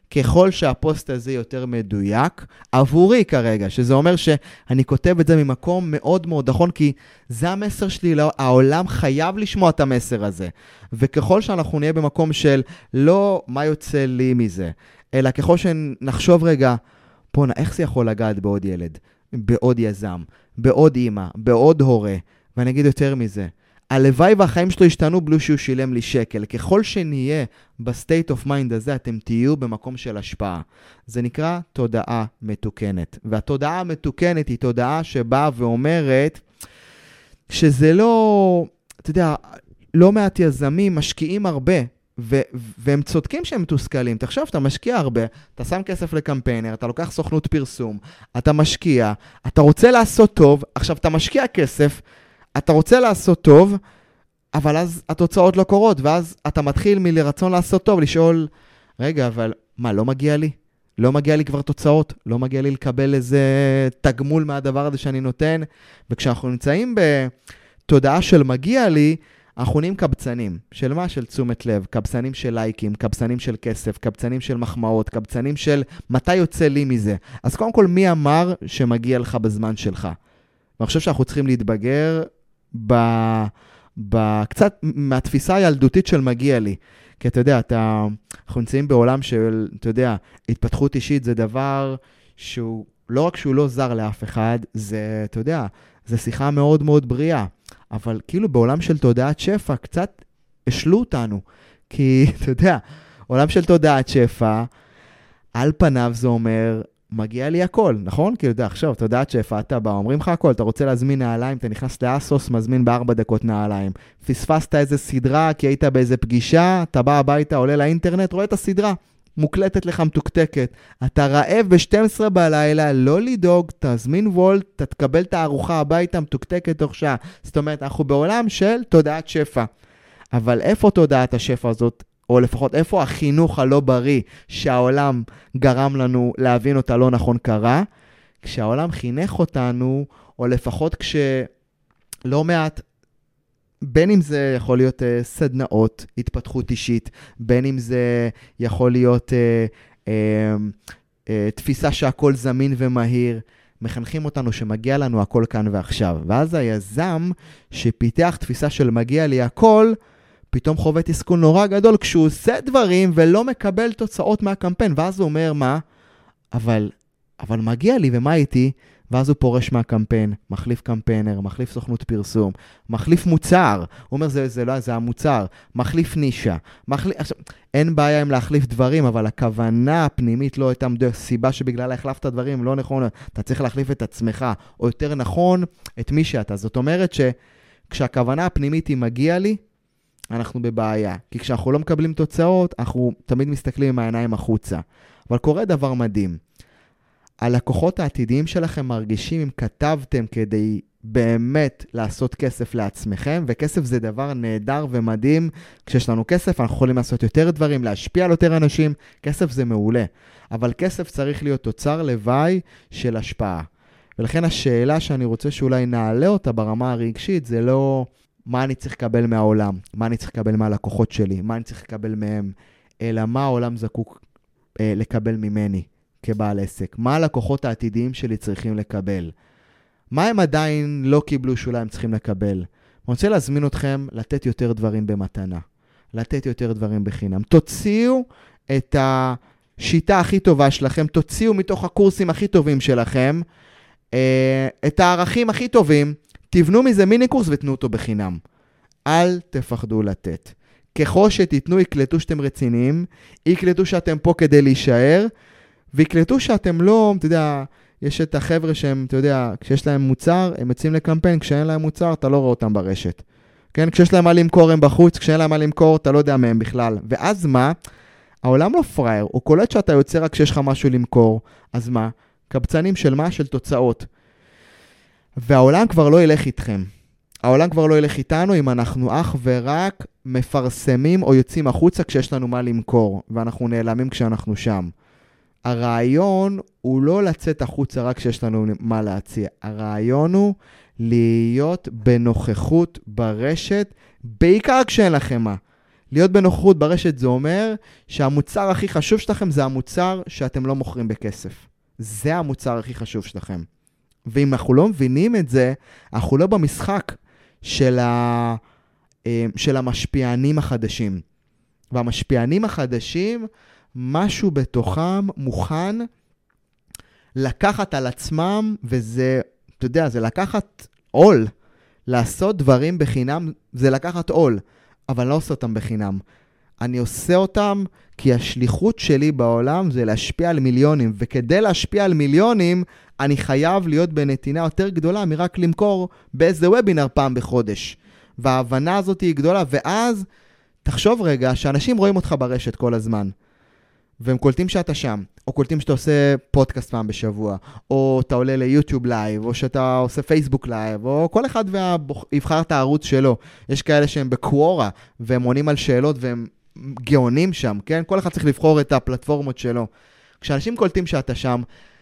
ככל שהפוסט הזה יותר מדויק, עבורי כרגע, שזה אומר שאני כותב את זה ממקום מאוד מאוד נכון, כי זה המסר שלי, העולם חייב לשמוע את המסר הזה. וככל שאנחנו נהיה במקום של לא מה יוצא לי מזה, אלא ככל שנחשוב רגע, פונה, איך זה יכול לגעת בעוד ילד, בעוד יזם, בעוד אמא, בעוד הורה, ואני אגיד יותר מזה, הלוואי והחיים שלו השתנו בלי שהוא שילם לי שקל. ככל שנהיה בסטייט אוף מיינד הזה, אתם תהיו במקום של השפעה. זה נקרא תודעה מתוקנת. והתודעה המתוקנת היא תודעה שבאה ואומרת שזה לא, אתה יודע, לא מעט יזמים משקיעים הרבה, והם צודקים שהם מתוסכלים. תחשוב, אתה משקיע הרבה, אתה שם כסף לקמפיינר, אתה לוקח סוכנות פרסום, אתה משקיע, אתה רוצה לעשות טוב, עכשיו אתה משקיע כסף, אתה רוצה לעשות טוב, אבל אז התוצאות לא קורות, ואז אתה מתחיל מלרצון לעשות טוב, לשאול, רגע, אבל מה, לא מגיע לי? לא מגיע לי כבר תוצאות? לא מגיע לי לקבל איזה תגמול מהדבר הזה שאני נותן? וכשאנחנו נמצאים בתודעה של מגיע לי, אנחנו נהיים קבצנים. של מה? של תשומת לב. קבצנים של לייקים, קבצנים של כסף, קבצנים של מחמאות, קבצנים של מתי יוצא לי מזה. אז קודם כל, מי אמר שמגיע לך בזמן שלך? ואני חושב שאנחנו צריכים להתבגר קצת מהתפיסה הילדותית של מגיע לי. כי אתה יודע, אנחנו נמצאים בעולם של, אתה יודע, התפתחות אישית זה דבר שהוא, לא רק שהוא לא זר לאף אחד, זה, אתה יודע, זה שיחה מאוד מאוד בריאה. אבל כאילו בעולם של תודעת שפע, קצת השלו אותנו. כי, אתה יודע, עולם של תודעת שפע, על פניו זה אומר, מגיע לי הכל, נכון? כאילו, אתה יודע, עכשיו, תודעת שפע, אתה בא, אומרים לך הכל, אתה רוצה להזמין נעליים, אתה נכנס לאסוס, מזמין ב4 דקות נעליים. פספסת איזה סדרה, כי היית באיזה פגישה, אתה בא הביתה, עולה לאינטרנט, רואה את הסדרה, מוקלטת לך מתוקתקת. אתה רעב ב-12 בלילה, לא לדאוג, תזמין וולט, תקבל את הארוחה הביתה, מתוקתקת תוך שעה. זאת אומרת, אנחנו בעולם של תודעת שפע. אבל איפה תודעת השפע הזאת? או לפחות איפה החינוך הלא בריא שהעולם גרם לנו להבין אותה לא נכון קרה? כשהעולם חינך אותנו, או לפחות כשלא מעט, בין אם זה יכול להיות סדנאות, התפתחות אישית, בין אם זה יכול להיות תפיסה שהכל זמין ומהיר, מחנכים אותנו שמגיע לנו הכל כאן ועכשיו. ואז היזם שפיתח תפיסה של מגיע לי הכל, פתאום חווה תסכול נורא גדול כשהוא עושה דברים ולא מקבל תוצאות מהקמפיין. ואז הוא אומר, מה? אבל מגיע לי, ומה איתי? ואז הוא פורש מהקמפיין, מחליף קמפיינר, מחליף סוכנות פרסום, מחליף מוצר. הוא אומר, זה המוצר. מחליף נישה. עכשיו, אין בעיה עם להחליף דברים, אבל הכוונה הפנימית לא הייתה סיבה שבגללה החלפת דברים, לא נכון. אתה צריך להחליף את עצמך, או יותר נכון, את מי שאתה. זאת אומרת שכשהכוונה הפנימית היא מגיע לי, אנחנו בבעיה. כי כשאנחנו לא מקבלים תוצאות, אנחנו תמיד מסתכלים עם העיניים החוצה. אבל קורה דבר מדהים. הלקוחות העתידיים שלכם מרגישים אם כתבתם כדי באמת לעשות כסף לעצמכם, וכסף זה דבר נהדר ומדהים. כשיש לנו כסף, אנחנו יכולים לעשות יותר דברים, להשפיע על יותר אנשים. כסף זה מעולה. אבל כסף צריך להיות תוצר לוואי של השפעה. ולכן השאלה שאני רוצה שאולי נעלה אותה ברמה הרגשית, זה לא מה אני צריך לקבל מהעולם, מה אני צריך לקבל מהלקוחות שלי, מה אני צריך לקבל מהם, אלא מה העולם זקוק לקבל ממני כבעל עסק. מה הלקוחות העתידיים שלי צריכים לקבל? מה הם עדיין לא קיבלו שאולי הם צריכים לקבל? אני רוצה להזמין אתכם לתת יותר דברים במתנה, לתת יותר דברים בחינם. תוציאו את השיטה הכי טובה שלכם, תוציאו מתוך הקורסים הכי טובים שלכם, את הערכים הכי טובים, תבנו מזה מיני קורס ותנו אותו בחינם. אל תפחדו לתת. ככל שתיתנו, יקלטו שאתם רציניים, יקלטו שאתם פה כדי להישאר, ויקלטו שאתם לא, אתה יודע, יש את החבר'ה שהם, אתה יודע, כשיש להם מוצר, הם יוצאים לקמפיין, כשאין להם מוצר, אתה לא רואה אותם ברשת. כן? כשיש להם מה למכור, הם בחוץ, כשאין להם מה למכור, אתה לא יודע מהם בכלל. ואז מה? העולם לא פרייר, הוא קולט שאתה יוצא רק כשיש לך משהו למכור. אז מה? קבצנים של מה? של תוצאות. והעולם כבר לא ילך איתכם. העולם כבר לא ילך איתנו אם אנחנו אך ורק מפרסמים או יוצאים החוצה כשיש לנו מה למכור, ואנחנו נעלמים כשאנחנו שם. הרעיון הוא לא לצאת החוצה רק כשיש לנו מה להציע. הרעיון הוא להיות בנוכחות ברשת, בעיקר כשאין לכם מה. להיות בנוכחות ברשת זה אומר שהמוצר הכי חשוב שלכם זה המוצר שאתם לא מוכרים בכסף. זה המוצר הכי חשוב שלכם. ואם אנחנו לא מבינים את זה, אנחנו לא במשחק של המשפיענים החדשים. והמשפיענים החדשים, משהו בתוכם מוכן לקחת על עצמם, וזה, אתה יודע, זה לקחת עול. לעשות דברים בחינם זה לקחת עול, אבל אני לא עושה אותם בחינם. אני עושה אותם כי השליחות שלי בעולם זה להשפיע על מיליונים, וכדי להשפיע על מיליונים, אני חייב להיות בנתינה יותר גדולה מרק למכור באיזה וובינר פעם בחודש. וההבנה הזאת היא גדולה, ואז תחשוב רגע שאנשים רואים אותך ברשת כל הזמן, והם קולטים שאתה שם, או קולטים שאתה עושה פודקאסט פעם בשבוע, או אתה עולה ליוטיוב לייב, או שאתה עושה פייסבוק לייב, או כל אחד יבחר את הערוץ שלו. יש כאלה שהם בקוורה, והם עונים על שאלות, והם גאונים שם, כן? כל אחד צריך לבחור את הפלטפורמות שלו. כשאנשים קולטים שאתה שם,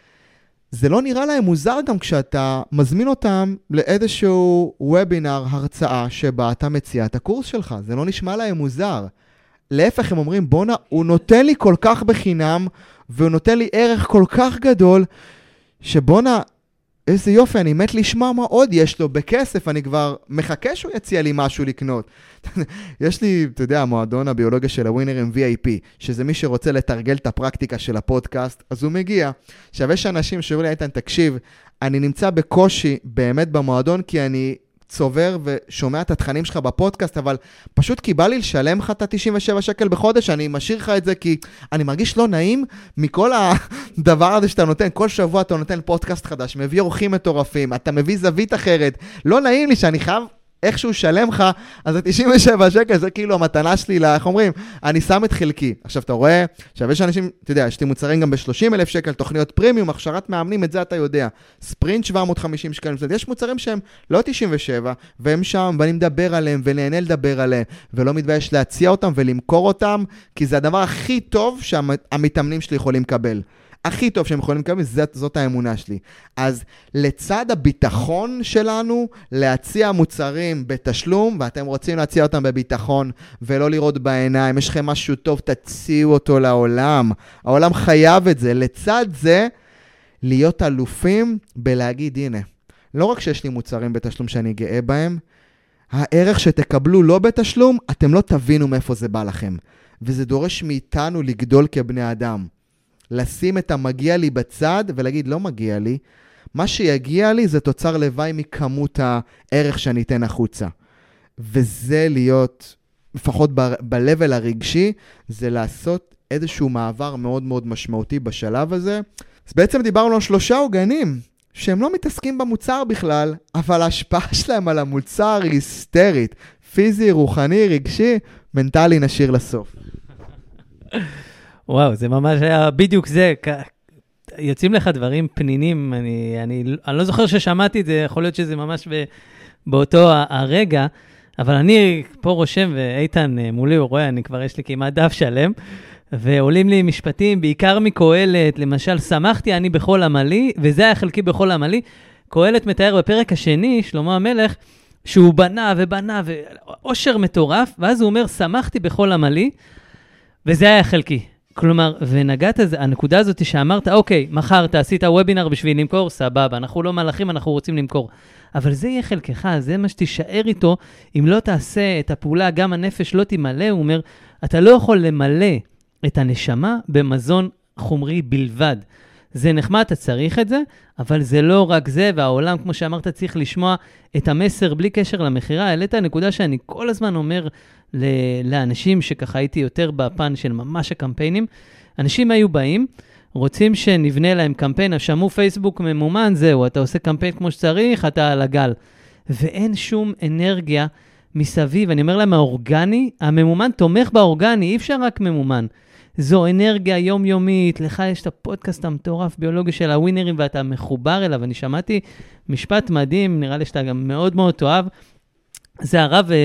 זה לא נראה להם מוזר גם כשאתה מזמין אותם לאיזשהו וובינר, הרצאה, שבה אתה מציע את הקורס שלך. זה לא נשמע להם מוזר. להפך, הם אומרים, בונה, הוא נותן לי כל כך בחינם, והוא נותן לי ערך כל כך גדול, שבונה, איזה יופי, אני מת לשמוע מה עוד יש לו בכסף, אני כבר מחכה שהוא יציע לי משהו לקנות. יש לי, אתה יודע, מועדון הביולוגיה של הווינרים VIP, שזה מי שרוצה לתרגל את הפרקטיקה של הפודקאסט, אז הוא מגיע. שווה שאנשים שאומרים לי, איתן, תקשיב, אני נמצא בקושי באמת במועדון, כי אני צובר ושומע את התכנים שלך בפודקאסט, אבל פשוט כי בא לי לשלם לך את ה-97 בחודש, אני משאיר לך את זה כי אני מרגיש לא נעים מכל הדבר הזה שאתה נותן. כל שבוע אתה נותן פודקאסט חדש, מביא אורחים מטורפים, אתה מביא זווית אחרת. לא נעים לי שאני חייב איכשהו שלם לך, אז ה-97 זה כאילו המתנה שלי, איך אומרים, אני שם את חלקי. עכשיו אתה רואה, שווה שאנשים, אתה יודע, יש לי מוצרים גם ב-30,000 תוכניות פרימיום, הכשרת מאמנים, את זה אתה יודע. ספרינט 750 שקלים, יש מוצרים שהם לא 97, והם שם, ואני מדבר עליהם, ונהנה לדבר עליהם, ולא מתבייש להציע אותם ולמכור אותם, כי זה הדבר הכי טוב שהמתאמנים שלי יכולים לקבל. הכי טוב שהם יכולים לקבל, זאת האמונה שלי. אז לצד הביטחון שלנו, להציע מוצרים בתשלום, ואתם רוצים להציע אותם בביטחון, ולא לראות בעיניים, יש לכם משהו טוב, תציעו אותו לעולם. העולם חייב את זה. לצד זה, להיות אלופים בלהגיד, הנה, לא רק שיש לי מוצרים בתשלום שאני גאה בהם, הערך שתקבלו לא בתשלום, אתם לא תבינו מאיפה זה בא לכם. וזה דורש מאיתנו לגדול כבני אדם. לשים את המגיע לי בצד ולהגיד לא מגיע לי, מה שיגיע לי זה תוצר לוואי מכמות הערך שאני אתן החוצה. וזה להיות, לפחות בלבל הרגשי, זה לעשות איזשהו מעבר מאוד מאוד משמעותי בשלב הזה. אז בעצם דיברנו על 3 עוגנים, שהם לא מתעסקים במוצר בכלל, אבל ההשפעה שלהם על המוצר היא היסטרית. פיזי, רוחני, רגשי, מנטלי, נשאיר לסוף. וואו, זה ממש היה בדיוק זה, יוצאים לך דברים פנינים, אני לא זוכר ששמעתי את זה, יכול להיות שזה ממש באותו הרגע, אבל אני פה רושם, ואיתן מולי הוא רואה, אני כבר יש לי כמעט דף שלם, ועולים לי משפטים, בעיקר מקהלת, למשל, שמחתי אני בכל עמלי, וזה היה חלקי בכל עמלי, קהלת מתאר בפרק השני, שלמה המלך, שהוא בנה ובנה, ואושר מטורף, ואז הוא אומר, שמחתי בכל עמלי, וזה היה חלקי. כלומר, ונגעת, הנקודה הזאת שאמרת, אוקיי, מחרת, עשית וובינר בשביל למכור, סבבה, אנחנו לא מלאכים, אנחנו רוצים למכור. אבל זה יהיה חלקך, זה מה שתישאר איתו, אם לא תעשה את הפעולה, גם הנפש לא תמלא, הוא אומר, אתה לא יכול למלא את הנשמה במזון חומרי בלבד. זה נחמד, אתה צריך את זה, אבל זה לא רק זה, והעולם, כמו שאמרת, צריך לשמוע את המסר בלי קשר למחירה. העלית הנקודה שאני כל הזמן אומר לאנשים שככה הייתי יותר בפן של ממש הקמפיינים, אנשים היו באים, רוצים שנבנה להם קמפיין, שמעו פייסבוק ממומן, זהו, אתה עושה קמפיין כמו שצריך, אתה על הגל. ואין שום אנרגיה מסביב, אני אומר להם, האורגני, הממומן תומך באורגני, אי אפשר רק ממומן. זו אנרגיה יומיומית, לך יש את הפודקאסט המטורף ביולוגיה של הווינרים, ואתה מחובר אליו, אני שמעתי משפט מדהים, נראה לי שאתה גם מאוד מאוד תאהב, זה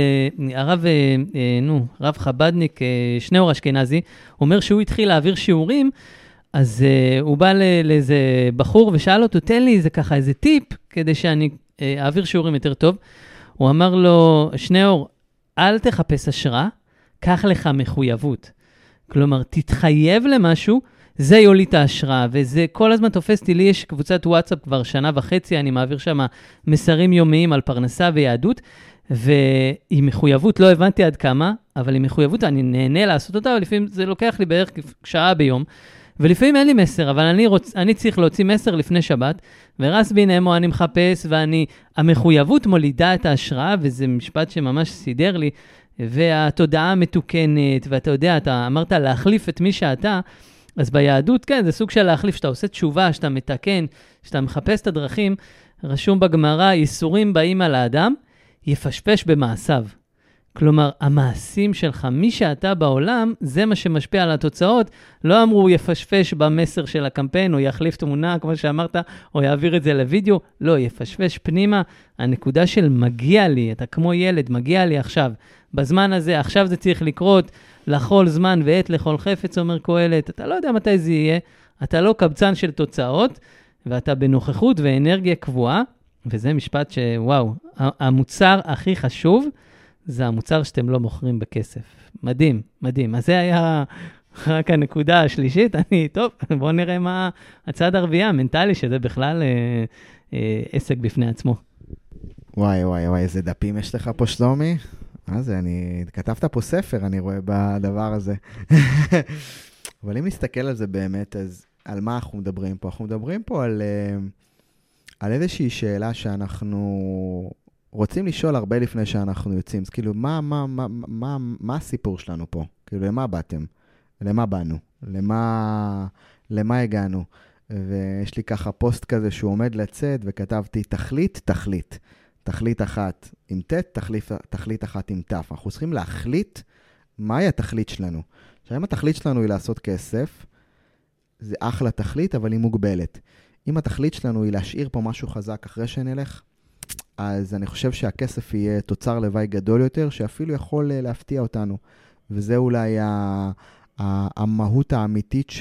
הרב חבדניק, שניאור אשכנזי, אומר שהוא התחיל להעביר שיעורים, אז הוא בא לאיזה בחור ושאל אותו, תן לי איזה ככה, איזה טיפ, כדי שאני אעביר שיעורים יותר טוב. הוא אמר לו, שניאור, אל תחפש השראה, קח לך מחויבות. כלומר, תתחייב למשהו, זה יוליד את ההשראה, וזה כל הזמן תופסתי, לי יש קבוצת וואטסאפ כבר 1.5 שנה, אני מעביר שם מסרים יומיים על פרנסה ויהדות, והיא מחויבות, לא הבנתי עד כמה, אבל היא מחויבות, אני נהנה לעשות אותה, ולפעמים זה לוקח לי בערך שעה ביום, ולפעמים אין לי מסר, אבל אני צריך להוציא מסר לפני שבת, ורס בינמו אני מחפש, המחויבות מולידה את ההשראה, וזה משפט שממש סידר לי, והתודעה מתוקנת, ואתה יודע, אתה אמרת להחליף את מי שאתה, אז ביהדות, כן, זה סוג של להחליף, שאתה עושה תשובה, שאתה מתקן, שאתה מחפש את הדרכים, רשום בגמרא, ייסורים באים על האדם, יפשפש במעשיו. כלומר, המעשים שלך, מי שאתה בעולם, זה מה שמשפיע על התוצאות. לא אמרו יפשפש במסר של הקמפיין, או יחליף תמונה, כמו שאמרת, או יעביר את זה לוידאו. לא, יפשפש פנימה. הנקודה של מגיע לי, אתה כמו ילד, מגיע לי עכשיו. בזמן הזה, עכשיו זה צריך לקרות, לכל זמן ועת לכל חפץ, אומר קהלת. אתה לא יודע מתי זה יהיה, אתה לא קבצן של תוצאות, ואתה בנוכחות ואנרגיה קבועה, וזה משפט שוואו, המוצר הכי חשוב, זה המוצר שאתם לא מוכרים בכסף. מדהים, מדהים. אז זה היה רק הנקודה השלישית. טוב, בואו נראה מה הצד הרביעי המנטלי, שזה בכלל עסק בפני עצמו. וואי, וואי, וואי, איזה דפים יש לך פה, שלומי? כתבת פה ספר, אני רואה בדבר הזה. אבל אם נסתכל על זה באמת, אז על מה אנחנו מדברים פה? אנחנו מדברים פה על איזושהי שאלה שאנחנו רוצים לשאול הרבה לפני שאנחנו יוצאים. אז כאילו, מה הסיפור שלנו פה? כאילו, למה באתם? למה באנו? למה הגענו? ויש לי ככה פוסט כזה שהוא עומד לצאת, וכתבתי תכלית אחת עם ת', תכלית אחת עם ת'. אנחנו צריכים להחליט מהי התכלית שלנו. עכשיו, אם התכלית שלנו היא לעשות כסף, זה אחלה תכלית, אבל היא מוגבלת. אם התכלית שלנו היא להשאיר פה משהו חזק אחרי שנלך, אז אני חושב שהכסף יהיה תוצר לוואי גדול יותר, שאפילו יכול להפתיע אותנו. וזה אולי המהות האמיתית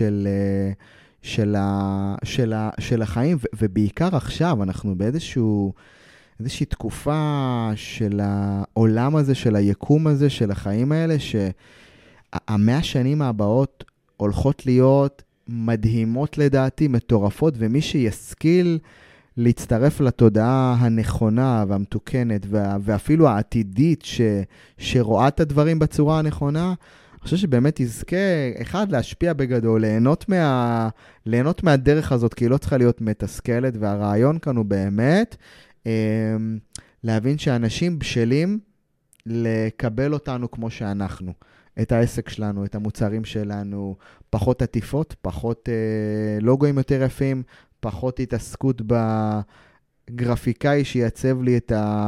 של החיים, ובעיקר עכשיו אנחנו באיזושהי תקופה של העולם הזה, של היקום הזה, של החיים האלה, שה100 שנים הבאות הולכות להיות מדהימות לדעתי, מטורפות, ומי שישכיל להצטרף לתודעה הנכונה והמתוקנת, ואפילו העתידית שרואה את הדברים בצורה הנכונה, אני חושב שבאמת יזכה, אחד, להשפיע בגדול, ליהנות מהדרך הזאת, כי היא לא צריכה להיות מתסכלת, והרעיון כאן הוא באמת להבין שאנשים בשלים לקבל אותנו כמו שאנחנו. את העסק שלנו, את המוצרים שלנו, פחות עטיפות, פחות לוגויים יותר יפים, פחות התעסקות בגרפיקאי שיצב לי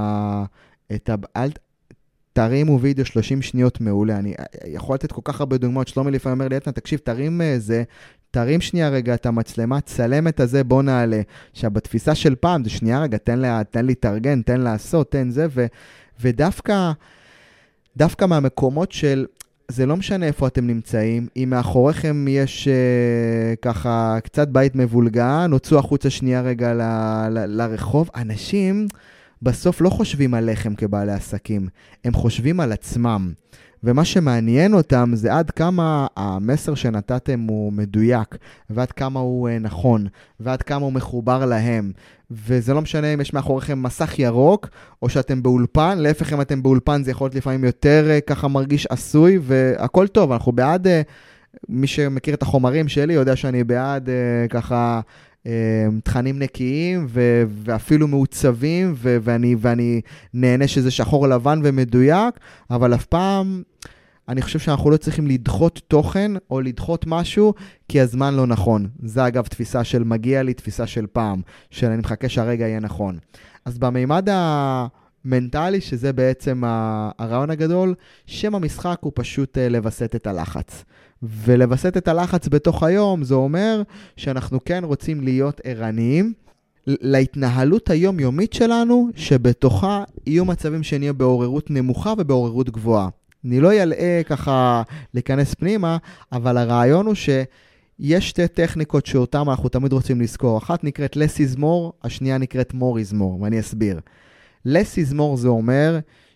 תרימו וידאו 30 שניות מעולה. אני יכול לתת כל כך הרבה דוגמאות, שלומי לפעמים אומר לי, תקשיב, תרים שנייה רגע את המצלמה, צלם את הזה, בוא נעלה. עכשיו, בתפיסה של פעם, זה שנייה רגע, תן לי תרגן, תן לעשות, תן זה, ודווקא מהמקומות של, זה לא משנה איפה אתם נמצאים, אם מאחוריכם יש ככה קצת בית מבולגן, הוצאו החוצה שנייה רגע לרחוב, אנשים בסוף לא חושבים עליכם כבעלי עסקים, הם חושבים על עצמם. ומה שמעניין אותם זה עד כמה המסר שנתתם הוא מדויק, ועד כמה הוא נכון, ועד כמה הוא מחובר להם. וזה לא משנה אם יש מאחוריכם מסך ירוק, או שאתם באולפן, להפך אם אתם באולפן זה יכול להיות לפעמים יותר ככה מרגיש עשוי, והכל טוב, אנחנו בעד, מי שמכיר את החומרים שלי יודע שאני בעד ככה תכנים נקיים ואפילו מעוצבים, ואני נהנה שזה שחור לבן ומדויק, אבל אף פעם אני חושב שאנחנו לא צריכים לדחות תוכן או לדחות משהו, כי הזמן לא נכון. זה אגב תפיסה של מגיע לי, תפיסה של פעם, של אני מחכה שהרגע יהיה נכון. אז במימד המנטלי, שזה בעצם הרעיון הגדול, שם המשחק הוא פשוט לבסט את הלחץ. ולבסט את הלחץ בתוך היום, זה אומר שאנחנו כן רוצים להיות ערניים להתנהלות היומיומית שלנו, שבתוכה יהיו מצבים שנהיה בעוררות נמוכה ובעוררות גבוהה. אני לא ילאה ככה להיכנס פנימה, אבל הרעיון הוא שיש שתי טכניקות שאותן אנחנו תמיד רוצים לזכור. אחת נקראת less is more, השנייה נקראת more is more, ואני אסביר. less is more זה אומר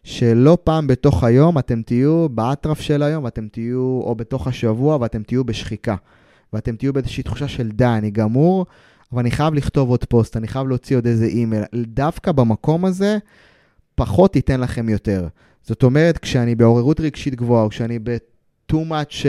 שלא פעם בתוך היום אתם תהיו באטרף של היום, ואתם תהיו, או בתוך השבוע, ואתם תהיו בשחיקה. ואתם תהיו באיזושהי תחושה של אני גמור, אבל אני חייב לכתוב עוד פוסט, אני חייב להוציא עוד איזה אימייל. דווקא במקום הזה, פחות ייתן לכם יותר. זאת אומרת, כשאני בעוררות רגשית גבוהה, או כשאני ב-too much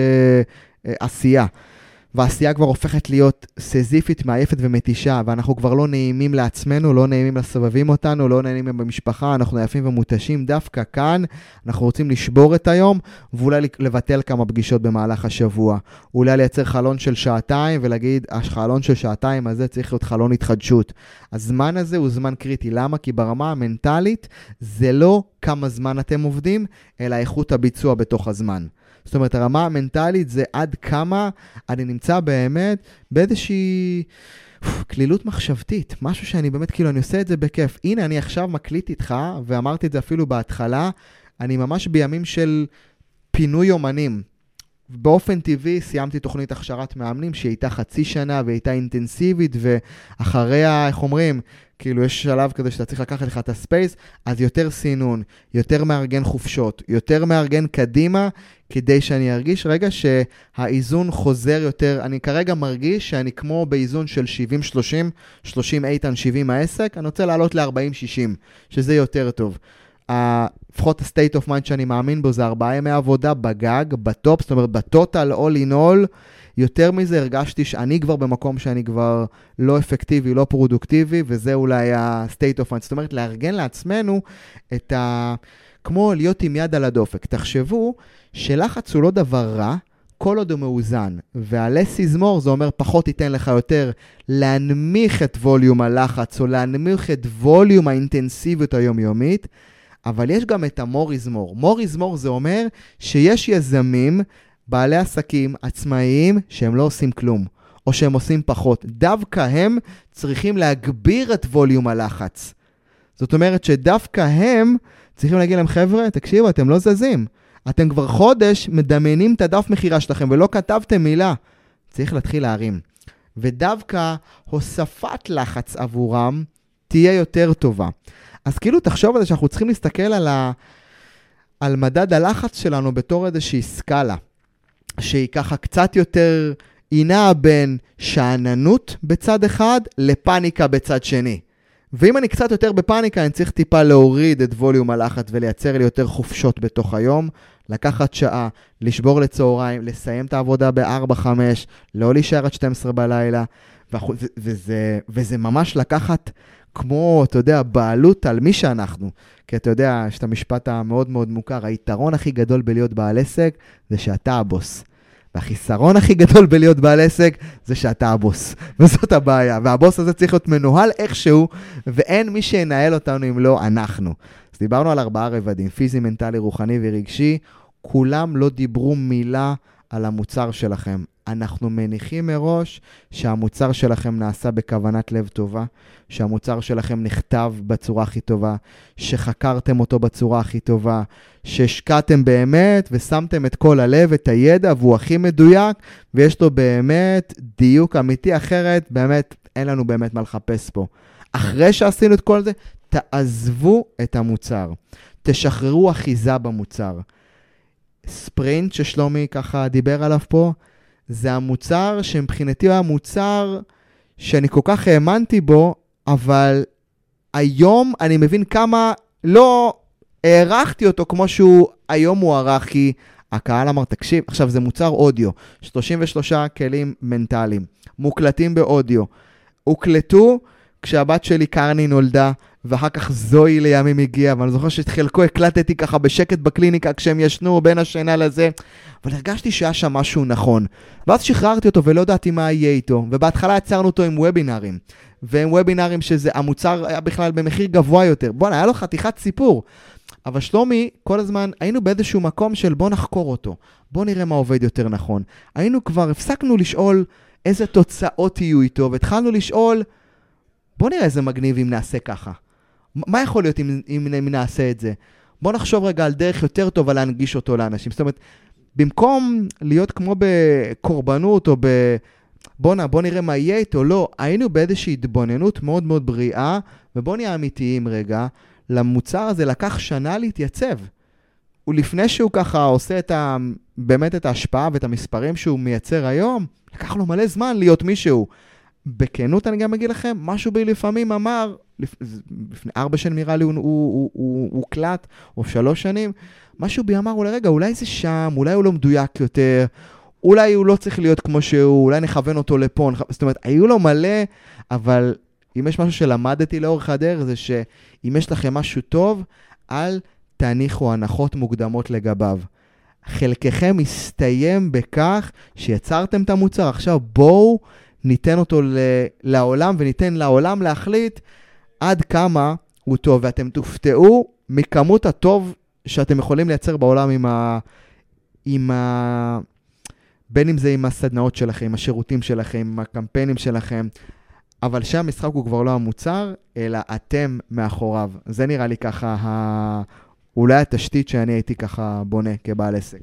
עשייה, והעשייה כבר הופכת להיות סזיפית, מעייפת ומתישה, ואנחנו כבר לא נעימים לעצמנו, לא נעימים לסובבים אותנו, לא נעימים במשפחה, אנחנו עייפים ומותשים. דווקא כאן אנחנו רוצים לשבור את היום, ואולי לבטל כמה פגישות במהלך השבוע. אולי לייצר חלון של שעתיים, ולהגיד, החלון של שעתיים הזה צריך להיות חלון התחדשות. הזמן הזה הוא זמן קריטי. למה? כי ברמה המנטלית זה לא כמה זמן אתם עובדים, אלא איכות הביצוע בתוך הזמן. זאת אומרת, הרמה המנטלית זה עד כמה אני נמצא באמת באיזושהי כלילות מחשבתית, משהו שאני באמת, כאילו, אני עושה את זה בכיף. הנה, אני עכשיו מקליט איתך, ואמרתי את זה אפילו בהתחלה, אני ממש בימים של פינוי אומנים. באופן טבעי סיימתי תוכנית הכשרת מאמנים שהיא הייתה חצי שנה והייתה אינטנסיבית, ואחריה, איך אומרים, כאילו יש שלב כזה שאתה צריך לקחת לך את הספייס, אז יותר סינון, יותר מארגן חופשות, יותר מארגן קדימה, כדי שאני ארגיש רגע שהאיזון חוזר יותר. אני כרגע מרגיש שאני כמו באיזון של 70-30, 30 איתן, 70 העסק, אני רוצה לעלות ל-40-60, שזה יותר טוב. לפחות ה-state of mind שאני מאמין בו זה 4 ימי עבודה בגג, בטופ, זאת אומרת בטוטל, all in all. יותר מזה הרגשתי שאני כבר במקום שאני כבר לא אפקטיבי, לא פרודוקטיבי, וזה אולי ה-state of mind. זאת אומרת, לארגן לעצמנו את כמו להיות עם יד על הדופק. תחשבו שלחץ הוא לא דבר רע, כל עוד הוא מאוזן, וה-less is more זה אומר פחות ייתן לך יותר להנמיך את ווליום הלחץ, או להנמיך את ווליום האינטנסיביות היומיומית, אבל יש גם את ה-more is more. more is more זה אומר שיש יזמים, בעלי עסקים עצמאיים שהם לא עושים כלום, או שהם עושים פחות. דווקא הם צריכים להגביר את ווליום הלחץ. זאת אומרת שדווקא הם צריכים להגיד להם, חבר'ה, תקשיבו, אתם לא זזים. אתם כבר חודש מדמיינים את הדף מחירה שלכם, ולא כתבתם מילה. צריך להתחיל להרים. ודווקא הוספת לחץ עבורם תהיה יותר טובה. אז כאילו תחשוב על זה שאנחנו צריכים להסתכל על מדד הלחץ שלנו בתור איזושהי סקאלה. שהיא ככה קצת יותר עינה בין שעננות בצד אחד לפאניקה בצד שני. ואם אני קצת יותר בפאניקה, אני צריך טיפה להוריד את ווליום הלחץ ולייצר לי יותר חופשות בתוך היום, לקחת שעה, לשבור לצהריים, לסיים את העבודה ב-4-5, לא להישאר עד 12 בלילה, וזה ממש לקחת כמו, אתה יודע, בעלות על מי שאנחנו. כי אתה יודע, יש את המשפט המאוד מאוד מוכר, היתרון הכי גדול בלהיות בעל עסק זה שאתה הבוס. והחיסרון הכי גדול בלהיות בעל עסק זה שאתה הבוס. וזאת הבעיה. והבוס הזה צריך להיות מנוהל איכשהו, ואין מי שינהל אותנו אם לא אנחנו. אז דיברנו על 4 רבדים, פיזי, מנטלי, רוחני ורגשי. כולם לא דיברו מילה על המוצר שלכם. אנחנו מניחים מראש שהמוצר שלכם נעשה בכוונת לב טובה, שהמוצר שלכם נכתב בצורה הכי טובה, שחקרתם אותו בצורה הכי טובה, שהשקעתם באמת ושמתם את כל הלב, את הידע, והוא הכי מדויק, ויש לו באמת דיוק אמיתי, אחרת באמת אין לנו באמת מה לחפש פה. אחרי שעשינו את כל זה, תעזבו את המוצר, תשחררו אחיזה במוצר. ספרינט ששלומי ככה דיבר עליו פה, זה המוצר שמבחינתי הוא המוצר שאני כל כך האמנתי בו, אבל היום אני מבין כמה לא הערכתי אותו כמו שהוא היום הוא ערך, כי הקהל אמר, תקשיב, עכשיו זה מוצר אודיו, 33 כלים מנטליים, מוקלטים באודיו, הוקלטו כשהבת שלי קרני נולדה, ואחר כך זוהי לימים הגיעה, ואני זוכר שאת חלקו הקלטתי ככה בשקט בקליניקה כשהם ישנו בין השינה לזה, אבל הרגשתי שהיה שם משהו נכון. ואז שחררתי אותו ולא ידעתי מה יהיה איתו, ובהתחלה יצרנו אותו עם וובינרים, ועם וובינרים שזה, המוצר היה בכלל במחיר גבוה יותר. בוא, היה לו חתיכת סיפור. אבל שלומי, כל הזמן היינו באיזשהו מקום של בוא נחקור אותו, בוא נראה מה עובד יותר נכון. היינו כבר, הפסקנו לשאול איזה תוצאות יהיו איתו, והתחלנו לשאול, בוא נראה איזה מגניב אם נעשה ככה. מה יכול להיות אם נעשה את זה? בוא נחשוב רגע על דרך יותר טובה להנגיש אותו לאנשים. זאת אומרת, במקום להיות כמו בקורבנות או בוא נראה מה יהיה איתו, לא, היינו באיזושהי התבוננות מאוד מאוד בריאה, ובוא נהיה אמיתיים רגע, למוצר הזה לקח שנה להתייצב. ולפני שהוא ככה עושה באמת את ההשפעה ואת המספרים שהוא מייצר היום, לקח לו מלא זמן להיות מישהו. בכנות אני גם אגיד לכם, משהו בי לפעמים אמר, לפני 4 שנים נראה לי הוא קלט, או 3 שנים, משהו בי אמר, רגע, אולי זה שם, אולי הוא לא מדויק יותר, אולי הוא לא צריך להיות כמו שהוא, אולי נכוון אותו לפה, זאת אומרת, היו לו מלא, אבל אם יש משהו שלמדתי לאורך הדרך, זה שאם יש לכם משהו טוב, אל תניחו הנחות מוקדמות לגביו. חלקכם מסתיים בכך שיצרתם את המוצר, עכשיו בואו ניתן אותו לעולם, וניתן לעולם להחליט עד כמה הוא טוב, ואתם תופתעו מכמות הטוב שאתם יכולים לייצר בעולם בין אם זה עם הסדנאות שלכם, עם השירותים שלכם, עם הקמפיינים שלכם, אבל שהמשחק הוא כבר לא המוצר, אלא אתם מאחוריו. זה נראה לי ככה אולי התשתית שאני הייתי ככה בונה כבעל עסק.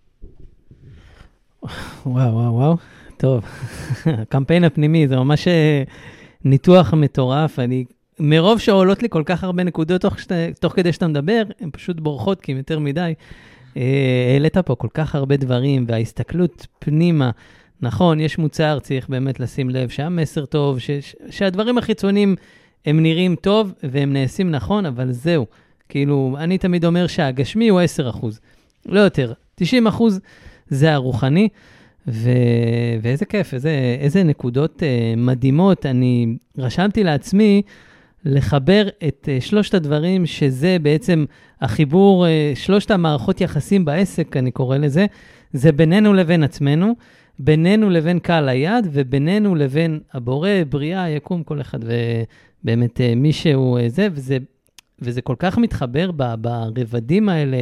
וואו. טוב, הקמפיין הפנימי זה ממש ניתוח מטורף. מרוב שעולות לי כל כך הרבה נקודות תוך כדי שאתה מדבר, הן פשוט בורחות כי הם יותר מדי. העלית פה כל כך הרבה דברים, וההסתכלות פנימה, נכון, יש מוצר, צריך באמת לשים לב שהמסר טוב, שהדברים החיצוניים הם נראים טוב והם נעשים נכון, אבל זהו. כאילו, אני תמיד אומר שהגשמי הוא 10%, לא יותר. 90% זה הרוחני, ואיזה כיף, איזה נקודות מדהימות. אני רשמתי לעצמי לחבר את 3 הדברים שזה בעצם החיבור, 3 המערכות יחסים בעסק, אני קורא לזה, זה בינינו לבין עצמנו, בינינו לבין קהל היעד, ובינינו לבין הבורא, בריאה, יקום, כל אחד, ובאמת מישהו זה, וזה כל כך מתחבר ברבדים האלה,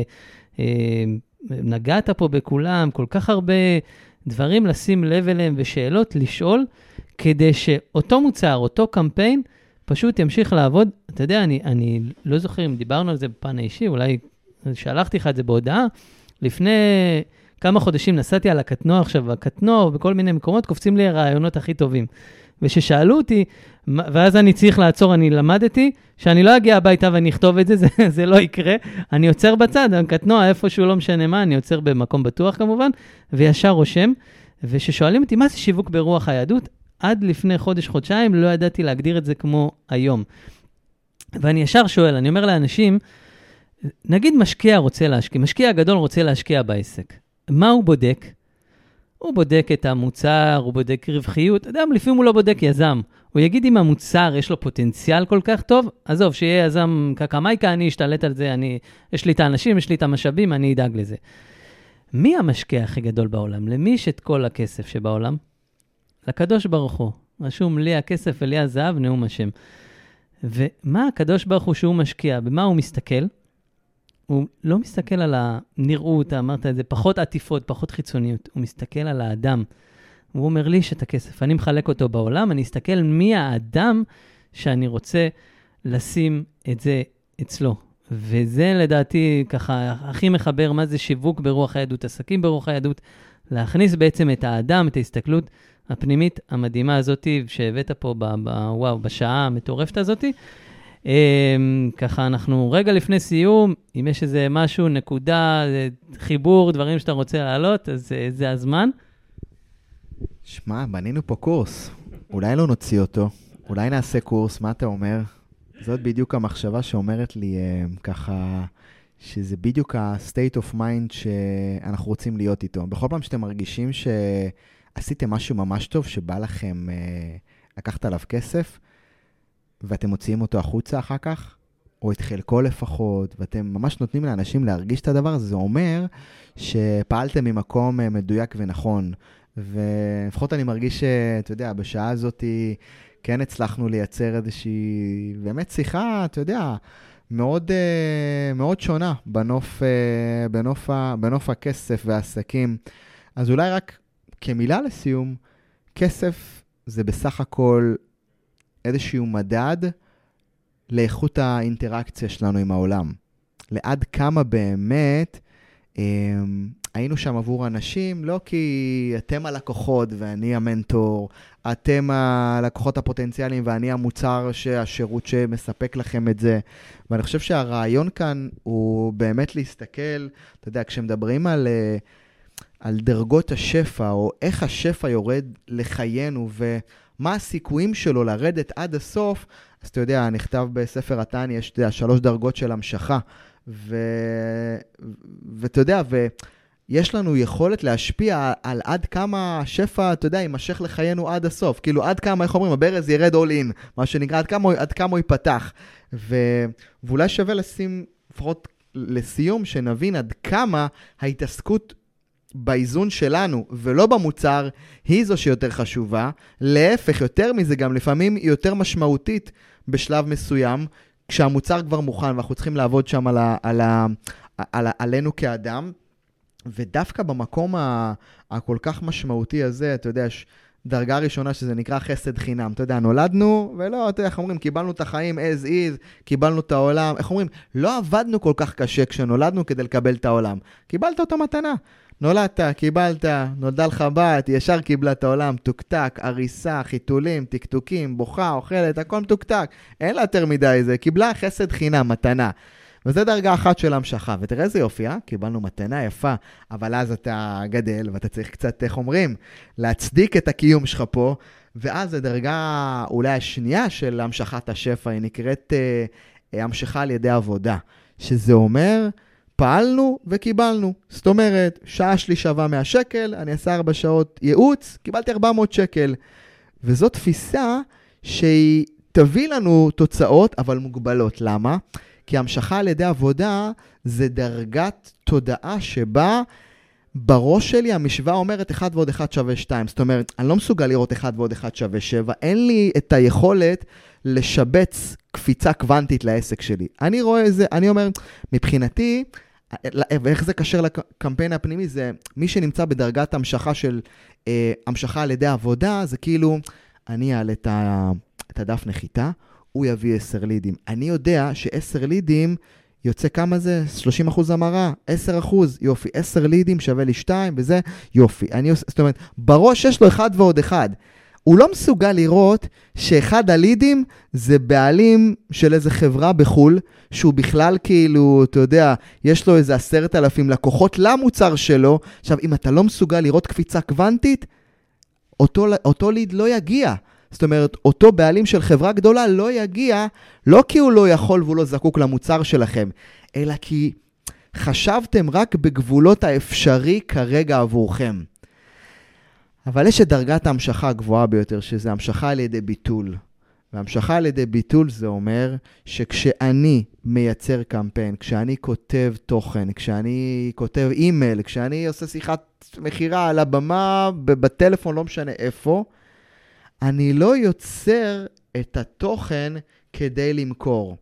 נגעת פה בכולם, כל כך הרבה דברים לשים לב אליהם ושאלות לשאול, כדי שאותו מוצר, אותו קמפיין, פשוט ימשיך לעבוד. אתה יודע, אני לא זוכר אם דיברנו על זה בפן האישי, אולי שלחתי לך את זה בהודעה, לפני כמה חודשים נסעתי על הקטנוע, עכשיו הקטנוע בכל מיני מקומות קופצים לי הרעיונות הכי טובים. וששאלו אותי, ואז אני צריך לעצור, אני למדתי, שאני לא אגיע הביתה ואני אכתוב את זה, זה לא יקרה. אני יוצר בצד, הקטנוע איפשהו לא משנה מה, אני יוצר במקום בטוח כמובן, וישר רושם. וששואלים אותי, מה זה שיווק ברוח היהדות? עד לפני חודש-חודשיים לא ידעתי להגדיר את זה כמו היום. ואני ישר שואל, אני אומר לאנשים, נגיד משקיע רוצה להשקיע, משקיע גדול רוצה להשקיע בעסק. מה הוא בודק? הוא בודק את המוצר, הוא בודק רווחיות, אתה יודע, לפעמים הוא לא בודק יזם. הוא יגיד אם המוצר יש לו פוטנציאל כל כך טוב, עזוב, שיהיה יזם קקמייקה, אני אשתלט על זה, יש לי את האנשים, יש לי את המשאבים, אני אדאג לזה. מי המשקיע הכי גדול בעולם? למי יש את כל הכסף שבעולם? לקדוש ברוך הוא. רשום לי הכסף ולי הזהב, נאום השם. ומה הקדוש ברוך הוא שהוא משקיע? במה הוא מסתכל? הוא לא מסתכל על הנראות, אמרת את זה, פחות עטיפות, פחות חיצוניות. הוא מסתכל על האדם. הוא אומר לי שאת הכסף, אני מחלק אותו בעולם, אני אסתכל מי האדם שאני רוצה לשים את זה אצלו. וזה לדעתי ככה הכי מחבר מה זה שיווק ברוח היהדות, עסקים ברוח היהדות, להכניס בעצם את האדם, את ההסתכלות הפנימית המדהימה הזאת שהבאת פה בשעה המטורפת הזאת. ככה אנחנו רגע לפני סיום, אם יש איזה משהו, נקודה, חיבור, דברים שאתה רוצה להעלות, אז זה הזמן. שמע, בנינו פה קורס, אולי לא נוציא אותו, אולי נעשה קורס, מה אתה אומר? זאת בדיוק המחשבה שאומרת לי ככה, שזה בדיוק ה-state of mind שאנחנו רוצים להיות איתו. בכל פעם שאתם מרגישים שעשיתם משהו ממש טוב, שבא לכם לקחת עליו כסף, ואתם מוציאים אותו החוצה אחר כך, או את חלקו לפחות, ואתם ממש נותנים לאנשים להרגיש את הדבר הזה, זה אומר שפעלתם ממקום מדויק ונכון, ולפחות אני מרגיש שאתה יודע, בשעה הזאת כן הצלחנו לייצר איזושהי באמת שיחה, אתה יודע, מאוד, מאוד שונה בנוף הכסף והעסקים. אז אולי רק כמילה לסיום, כסף זה בסך הכל איזשהו מדד לאיכות האינטראקציה שלנו עם העולם. לעד כמה באמת היינו שם עבור אנשים, לא כי אתם הלקוחות ואני המנטור, אתם הלקוחות הפוטנציאליים ואני המוצר שהשירות שמספק לכם את זה. ואני חושב שהרעיון כאן הוא באמת להסתכל, אתה יודע, כשמדברים על דרגות השפע, או איך השפע יורד לחיינו, ומה הסיכויים שלו לרדת עד הסוף, אז אתה יודע, נכתב בספר התניא, יש 3 דרגות של המשכה, ואתה יודע, יש לנו יכולת להשפיע על עד כמה השפע, אתה יודע, יימשך לחיינו עד הסוף. כאילו, עד כמה, איך אומרים, הברז ירד all in, מה שנקרא, עד כמה הוא ייפתח. ואולי שווה לשים, לפחות לסיום, שנבין עד כמה ההתעסקות באיזון שלנו, ולא במוצר, היא זו שיותר חשובה. להפך, יותר מזה, גם לפעמים היא יותר משמעותית בשלב מסוים, כשהמוצר כבר מוכן, ואנחנו צריכים לעבוד שם עלינו כאדם. ודווקא במקום הכל כך משמעותי הזה, אתה יודע, יש דרגה ראשונה שזה נקרא חסד חינם. אתה יודע, נולדנו, ולא, אתה יודע, איך אומרים, קיבלנו את החיים as is, קיבלנו את העולם. איך אומרים, לא עבדנו כל כך קשה כשנולדנו כדי לקבל את העולם. קיבלת אותו מתנה. נולדת, קיבלת, נולדה לך בת, ישר קיבלה את העולם, תוקתק, עריסה, חיתולים, תקתוקים, בוכה, אוכלת, הכל מתוקתק. אין לה יותר מדי זה, קיבלה חסד חינם, מתנה. וזה דרגה אחת של המשכה, ותראה איזה יופי, קיבלנו מתנה יפה, אבל אז אתה גדל, ואתה צריך קצת, איך אומרים, להצדיק את הקיום שלך פה, ואז הדרגה אולי השנייה של המשכת השפע, היא נקראת המשכה על ידי עבודה, שזה אומר, פעלנו וקיבלנו. זאת אומרת, שעה שלי שווה 100 שקל, אני אעשה 4 שעות ייעוץ, קיבלתי 400 שקל. וזו תפיסה שהיא תביא לנו תוצאות, אבל מוגבלות. למה? כי המשכה על ידי עבודה זה דרגת תודעה שבה בראש שלי המשוואה אומרת 1 ועוד 1 שווה 2. זאת אומרת, אני לא מסוגל לראות 1 ועוד 1 שווה 7. אין לי את היכולת לשבץ קפיצה קוונטית לעסק שלי. אני רואה איזה, אני אומר, מבחינתי, ואיך זה קשר לקמפיין הפנימי, זה מי שנמצא בדרגת המשכה של המשכה על ידי עבודה, זה כאילו, אני אעלה את הדף נחיתה, הוא יביא 10 לידים. אני יודע ש10 לידים יוצא כמה זה? 30% המרה, 10%, יופי. 10 לידים שווה לי 2, וזה יופי. זאת אומרת, בראש יש לו 1 ועוד 1. הוא לא מסוגל לראות שאחד הלידים זה בעלים של איזה חברה בחול, שהוא בכלל כאילו, אתה יודע, יש לו איזה 10,000 לקוחות למוצר שלו. עכשיו, אם אתה לא מסוגל לראות קפיצה קוונטית, אותו ליד לא יגיע. זאת אומרת, אותו בעלים של חברה גדולה לא יגיע, לא כי הוא לא יכול והוא לא זקוק למוצר שלכם, אלא כי חשבתם רק בגבולות האפשרי כרגע עבורכם. אבל יש את דרגת ההמשכה הגבוהה ביותר, שזה המשכה על ידי ביטול. והמשכה על ידי ביטול זה אומר שכשאני מייצר קמפיין, כשאני כותב תוכן, כשאני כותב אימייל, כשאני עושה שיחת מחירה על הבמה, בטלפון, לא משנה איפה, אני לא יוצר את התוכן כדי למכור.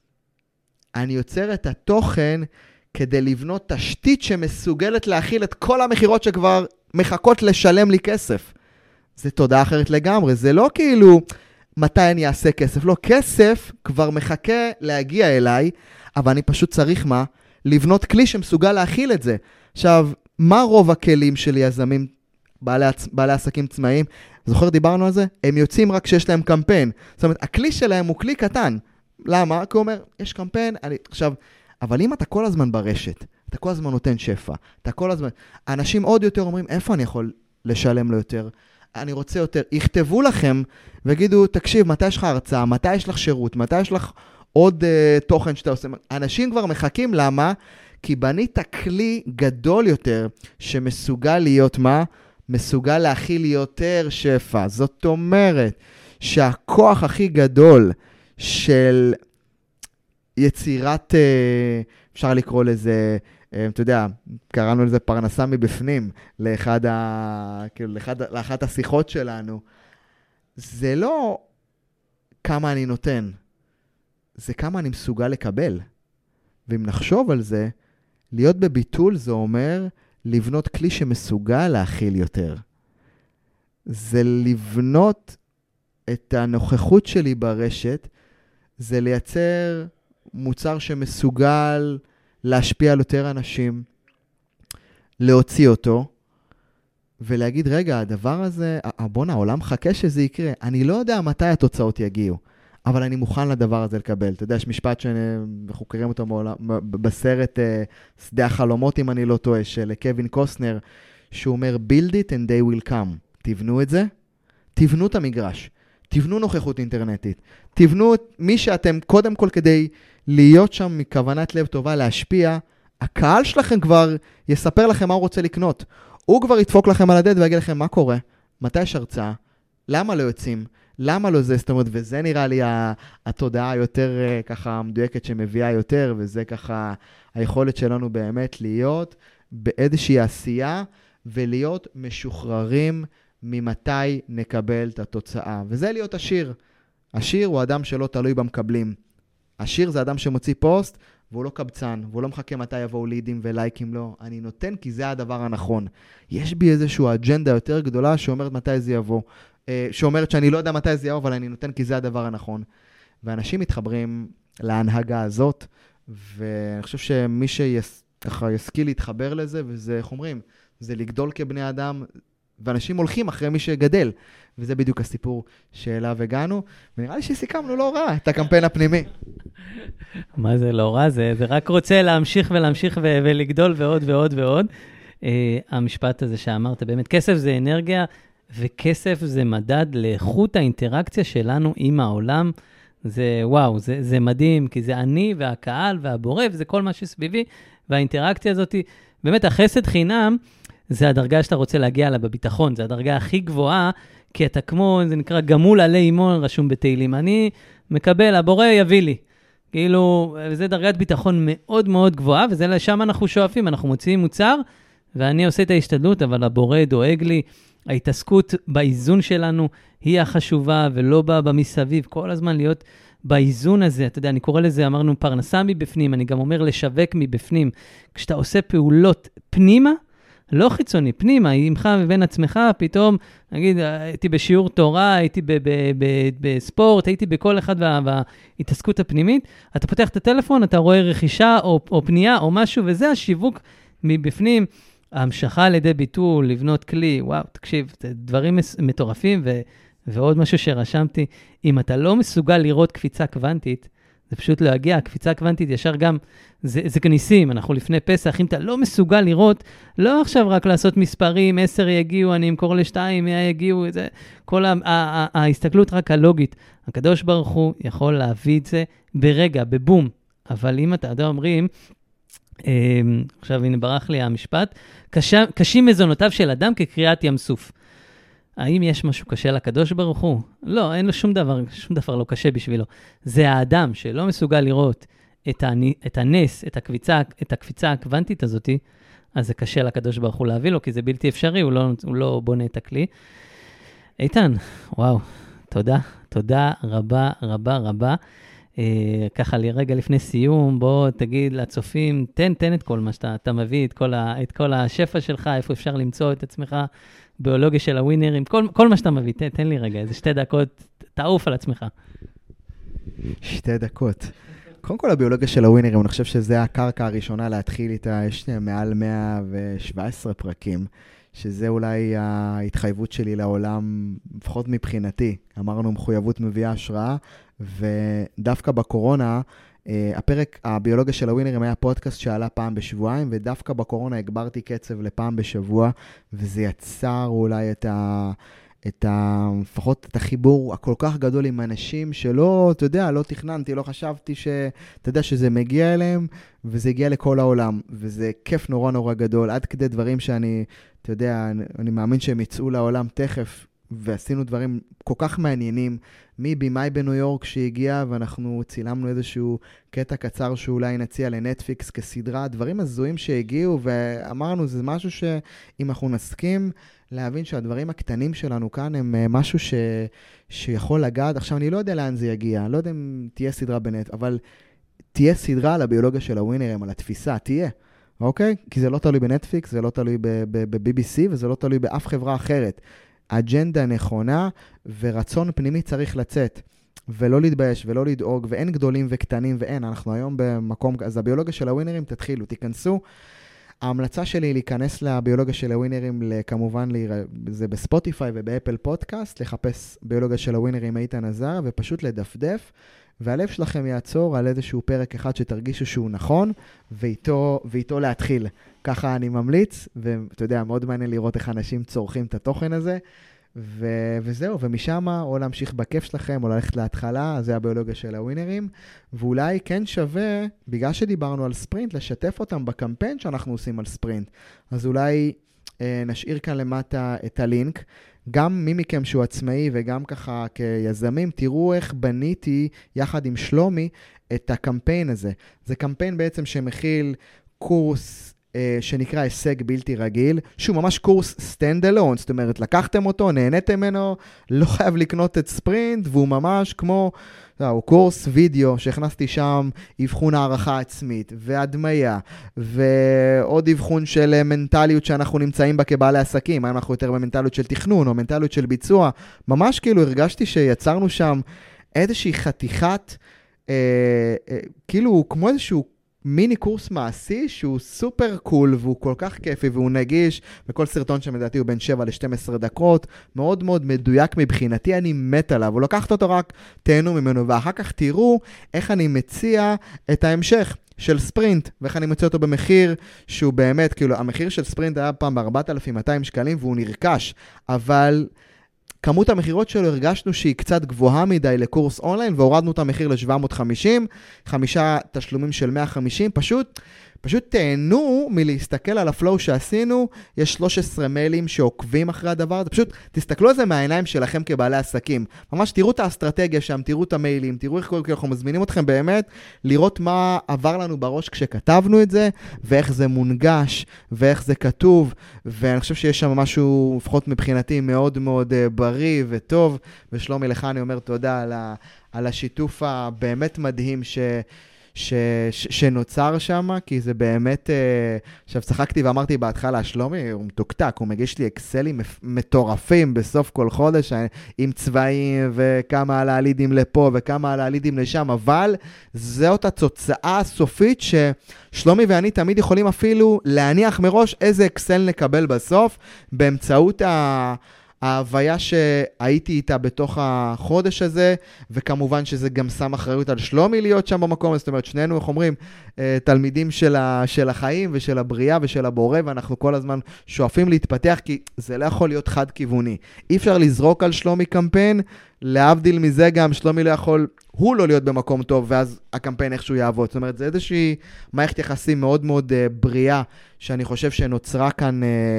אני יוצר את התוכן כדי לבנות תשתית שמסוגלת להכיל את כל המחירות שכבר מחכות לשלם לי כסף. זה תודעה אחרת לגמרי. זה לא כאילו מתי אני אעשה כסף. לא, כסף כבר מחכה להגיע אליי, אבל אני פשוט צריך מה? לבנות כלי שמסוגל להכיל את זה. עכשיו, מה רוב הכלים של יזמים, בעלי עסקים עצמאיים? זוכר, דיברנו על זה? הם יוצאים רק כשיש להם קמפיין. זאת אומרת, הכלי שלהם הוא כלי קטן. למה? כי הוא אומר, יש קמפיין, עכשיו, אבל אם אתה כל הזמן ברשת, אתה כל הזמן נותן שפע, אתה כל הזמן, אנשים עוד יותר אומרים, איפה אני יכול לשלם לו יותר? אני רוצה יותר. יכתבו לכם וגידו, תקשיב, מתי יש לך הרצאה, מתי יש לך שירות, מתי יש לך עוד תוכן שאתה עושה? אנשים כבר מחכים, למה? כי בנית כלי גדול יותר, שמסוגל להיות מה? מסוגל להכיל יותר שפע. זאת אומרת, שהכוח הכי גדול של יצירת, אפשר לקרוא לזה, אתה יודע, קראנו לזה פרנסה מבפנים, לאחת השיחות שלנו. זה לא כמה אני נותן, זה כמה אני מסוגל לקבל. ואם נחשוב על זה, להיות בביטול זה אומר לבנות כלי שמסוגל להכיל יותר. זה לבנות את הנוכחות שלי ברשת, זה לייצר מוצר שמסוגל להשפיע על יותר אנשים, להוציא אותו, ולהגיד, רגע, הדבר הזה, בונה, העולם מחכה שזה יקרה. אני לא יודע מתי התוצאות יגיעו, אבל אני מוכן לדבר הזה לקבל. אתה יודע, יש משפט שאנחנו קוראים אותו בסרט שדה החלומות, אם אני לא טועה, של קווין קוסטנר, שהוא אומר, build it and they will come. תבנו את זה, תבנו את המגרש, תבנו נוכחות אינטרנטית, תבנו את מי שאתם קודם כל כדי להיות שם מכוונת לב טובה, להשפיע, הקהל שלכם כבר יספר לכם מה הוא רוצה לקנות. הוא כבר ידפוק לכם על הדד ויגיד לכם מה קורה, מתי יש הרצאה, למה לא יוצאים, למה לא זה, זאת אומרת, וזה נראה לי התודעה היותר ככה מדויקת שמביאה יותר, וזה ככה היכולת שלנו באמת להיות באיזושהי עשייה, ולהיות משוחררים ממתי נקבל את התוצאה. וזה להיות עשיר. עשיר הוא אדם שלא תלוי במקבלים. עשיר זה אדם שמוציא פוסט, והוא לא קבצן, והוא לא מחכה מתי יבואו לידים ולייקים לו. אני נותן כי זה הדבר הנכון. יש בי איזושהי אג'נדה יותר גדולה שאומרת מתי זה יבוא. שאומרת שאני לא יודע מתי זה יבוא, אבל אני נותן כי זה הדבר הנכון. ואנשים מתחברים להנהגה הזאת, ואני חושב שמי שישכיל להתחבר לזה, וזה, איך אומרים, זה לגדול כבני אדם, ואנשים הולכים אחרי מי שגדל. וזה בדיוק הסיפור שאליו הגענו, ונראה לי שסיכמנו לא רע את הקמפיין הפנימי. מה זה לא רע? זה רק רוצה להמשיך ולהמשיך ולגדול ועוד ועוד ועוד. המשפט הזה שאמרת, באמת, כסף זה אנרגיה, וכסף זה מדד לאיכות האינטראקציה שלנו עם העולם. זה וואו, זה מדהים, כי זה אני והקהל והבורא, וזה כל מה שסביבי, והאינטראקציה הזאת, באמת החסד חינם, זה הדרגה שאתה רוצה להגיע לה בביטחון, זה הדרגה הכי גבוהה, כי אתה כמו, זה נקרא גמול עלי אימון רשום בתהילים, אני מקבל, הבורא יביא לי. כאילו, זה דרגת ביטחון מאוד מאוד גבוהה, וזה לשם אנחנו שואפים, אנחנו מוציאים מוצר, ואני עושה את ההשתדלות, אבל הבורא דואג לי, ההתעסקות באיזון שלנו היא החשובה, ולא באה במסביב, כל הזמן להיות באיזון הזה, אתה יודע, אני קורא לזה, אמרנו פרנסה מבפנים, אני גם אומר לשווק מבפנים, כשאתה עושה פעולות פנימה, לא חיצוני, פנימה, עמך ובין עצמך, פתאום, נגיד, הייתי בשיעור תורה, הייתי בספורט, הייתי בכל אחד וההתעסקות הפנימית, אתה פותח את הטלפון, אתה רואה רכישה או פנייה או משהו, וזה השיווק מבפנים, ההמשכה על ידי ביטול, לבנות כלי, וואו, תקשיב, זה דברים מטורפים, ועוד משהו שרשמתי, אם אתה לא מסוגל לראות קפיצה קוונטית, זה פשוט לא יגיע, הקפיצה קוונטית ישר גם, זה כניסים, אנחנו לפני פסח, אם אתה לא מסוגל לראות, לא עכשיו רק לעשות מספרים, 10 יגיעו, אני אמכור ל2, 100 יגיעו, זה, כל ההסתכלות רק הלוגית, הקדוש ברוך הוא יכול להביא את זה ברגע, בבום, אבל אם אתה יודע אומרים, עכשיו הנה ברח לי המשפט, קשים מזונותיו של אדם כקריאת ים סוף. האם יש משהו קשה לקדוש ברוך הוא? לא, אין לו שום דבר לא קשה בשבילו. זה האדם שלא מסוגל לראות את הנס, את הקפיצה הקוונטית הזאת, אז זה קשה לקדוש ברוך הוא להביא לו, כי זה בלתי אפשרי, הוא לא בונה את הכלי. איתן, וואו, תודה רבה. ככה רגע לפני סיום, בוא תגיד לצופים, תן את כל מה שאתה מביא, את כל השפע שלך, איפה אפשר למצוא את עצמך, ביולוגיה של הווינרים, כל מה שאתה מביא, תן לי רגע, איזה 2 דקות, תעוף על עצמך. 2 דקות. קודם כל הביולוגיה של הווינרים, אני חושב שזה הקרקע הראשונה להתחיל איתה, יש מעל 117 פרקים, שזה אולי ההתחייבות שלי לעולם, לפחות מבחינתי. אמרנו, מחויבות מביאה השראה, ודווקא בקורונה, הפרק הביולוגיה של הווינרים היה פודקאסט שעלה פעם בשבועיים, ודווקא בקורונה הגברתי קצב לפעם בשבוע, וזה יצר אולי לפחות את החיבור הכל כך גדול עם אנשים שלא, אתה יודע, לא תכננתי, לא חשבתי אתה יודע, שזה מגיע אליהם, וזה הגיע לכל העולם, וזה כיף נורא גדול, עד כדי דברים שאני, אתה יודע, אני מאמין שהם יצאו לעולם תכף, ועשינו דברים כל כך מעניינים, מבימאי בניו יורק שהגיע, ואנחנו צילמנו איזשהו קטע קצר שאולי נציע לנטפליקס כסדרה, דברים הזויים שהגיעו, ואמרנו, זה משהו שאם אנחנו נסכים להבין שהדברים הקטנים שלנו כאן הם משהו שיכול לגעת. עכשיו, אני לא יודע לאן זה יגיע, לא יודע אם תהיה סדרה בנט, אבל תהיה סדרה על הביולוגיה של הווינרים, על התפיסה, תהיה. אוקיי? כי זה לא תלוי בנטפליקס, זה לא תלוי ב-BBC, וזה לא תלוי באף חברה אחרת. אג'נדה נכונה ורצון פנימי צריך לצאת, ולא להתבייש ולא לדאוג, ואין גדולים וקטנים ואין, אנחנו היום במקום, אז הביולוגיה של הווינרים תתחילו, תיכנסו, ההמלצה שלי היא להיכנס לביולוגיה של הווינרים, כמובן זה בספוטיפיי ובאפל פודקאסט, לחפש ביולוגיה של הווינרים איתן עזריה, ופשוט לדפדף, והלב שלכם יעצור על איזשהו פרק אחד שתרגישו שהוא נכון, ואיתו להתחיל. ככה אני ממליץ, ואתה יודע, מאוד מעניין לראות איך אנשים צורכים את התוכן הזה, וזהו, ומשם או להמשיך בכיף שלכם, או ללכת להתחלה, זה הביולוגיה של הווינרים, ואולי כן שווה, בגלל שדיברנו על ספרינט, לשתף אותם בקמפיין שאנחנו עושים על ספרינט. אז אולי נשאיר כאן למטה את הלינק, גם מי מכם שהוא עצמאי וגם ככה כיזמים, תראו איך בניתי יחד עם שלומי את הקמפיין הזה. זה קמפיין בעצם שמכיל קורס שנקרא הישג בלתי רגיל, שהוא ממש קורס סטנד-אלון, זאת אומרת, לקחתם אותו, נהניתם ממנו, לא חייב לקנות את ספרינט, והוא ממש כמו, הוא קורס וידאו שהכנסתי שם, אבחון הערכה עצמית, והדמיה, ועוד אבחון של מנטליות שאנחנו נמצאים בה כבעלי עסקים, האם אנחנו יותר במנטליות של תכנון, או מנטליות של ביצוע, ממש כאילו הרגשתי שיצרנו שם איזושהי חתיכת, כאילו כמו איזשהו מיני קורס מעשי שהוא סופר קול והוא כל כך כיפי והוא נגיש, וכל סרטון שמדעתי הוא בין 7 ל-12 דקות, מאוד מאוד מדויק מבחינתי, אני מת עליו, הוא לקחת אותו רק תהנו ממנו, ואחר כך תראו איך אני מציע את ההמשך של ספרינט, ואיך אני מציע אותו במחיר שהוא באמת, כאילו המחיר של ספרינט היה פעם ב-4,200 שקלים והוא נרכש, אבל כמות המחירות שלו הרגשנו שהיא קצת גבוהה מדי לקורס אונליין, והורדנו את המחיר ל-750, 5 תשלומים של 150, פשוט תהנו מלהסתכל על הפלואו שעשינו, יש 13 מיילים שעוקבים אחרי הדבר הזה, פשוט תסתכלו על זה מהעיניים שלכם כבעלי עסקים, ממש תראו את האסטרטגיה שם, תראו את המיילים, תראו איך אנחנו מזמינים אתכם באמת, לראות מה עבר לנו בראש כשכתבנו את זה, ואיך זה מונגש, ואיך זה כתוב, ואני חושב שיש שם משהו, לפחות מבחינתי, מאוד מאוד בריא וטוב, ושלומי לך אני אומר תודה על השיתוף הבאמת מדהים שנוצר שם, כי זה באמת, עכשיו צחקתי ואמרתי בהתחלה, שלומי הוא מתוקתק, הוא מגיש לי אקסלים מטורפים בסוף כל חודש, עם צבעים וכמה על הלידים לפה וכמה על הלידים לשם, אבל זאת התוצאה הסופית ששלומי ואני תמיד יכולים אפילו להניח מראש איזה אקסל נקבל בסוף, באמצעות ההוויה שהייתי איתה בתוך החודש הזה, וכמובן שזה גם שם אחריות על שלומי להיות שם במקום, זאת אומרת, שנינו, איך אומרים, תלמידים של החיים ושל הבריאה ושל הבורא, ואנחנו כל הזמן שואפים להתפתח, כי זה לא יכול להיות חד כיווני. אי אפשר לזרוק על שלומי קמפיין, להבדיל מזה גם שלומי לא יכול, הוא לא להיות במקום טוב, ואז הקמפיין איכשהו יעבוד. זאת אומרת, זה איזושהי מערכת יחסים מאוד מאוד בריאה, שאני חושב שנוצרה כאן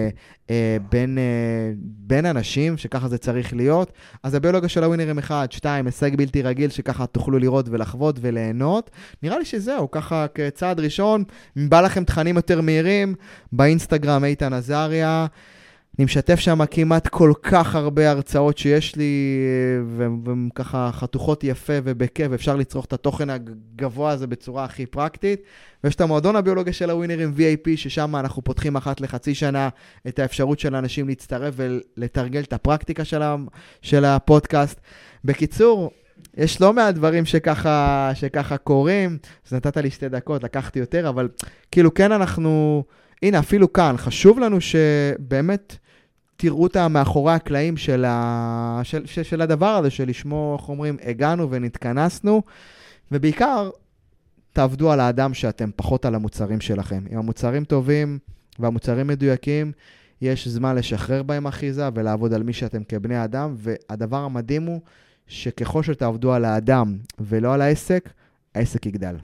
בין אנשים, שככה זה צריך להיות. אז הביולוגיה של הווינרים 1, 2, הישג בלתי רגיל, שככה תוכלו לראות ולחוות וליהנות. נראה לי שזהו, ככה כצעד ראשון, אם בא לכם תכנים יותר מהירים, באינסטגרם איתן עזריה, אני משתף שם כמעט כל כך הרבה הרצאות שיש לי, וככה חתוכות יפה ובכיף, אפשר לצרוך את התוכן הגבוה הזה בצורה הכי פרקטית. ויש את המועדון הביולוגיה של הווינרים VIP, ששם אנחנו פותחים אחת לחצי שנה את האפשרות של האנשים להצטרף ולתרגל את הפרקטיקה של הפודקאסט. בקיצור, יש לא מעט דברים שככה קורים, אז נתת לי 2 דקות, לקחתי יותר, אבל כאילו כן אנחנו, הנה אפילו כאן, חשוב לנו שבאמת תראו אותה מאחורי הקלעים של הדבר הזה, של לשמוע, איך אומרים, הגענו ונתכנסנו, ובעיקר תעבדו על האדם שאתם פחות על המוצרים שלכם. אם המוצרים טובים והמוצרים מדויקים, יש זמן לשחרר בהם אחיזה ולעבוד על מי שאתם כבני אדם, והדבר המדהים הוא שככל שתעבדו על האדם ולא על העסק, העסק יגדל.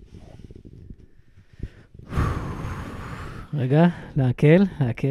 רגע, להקל.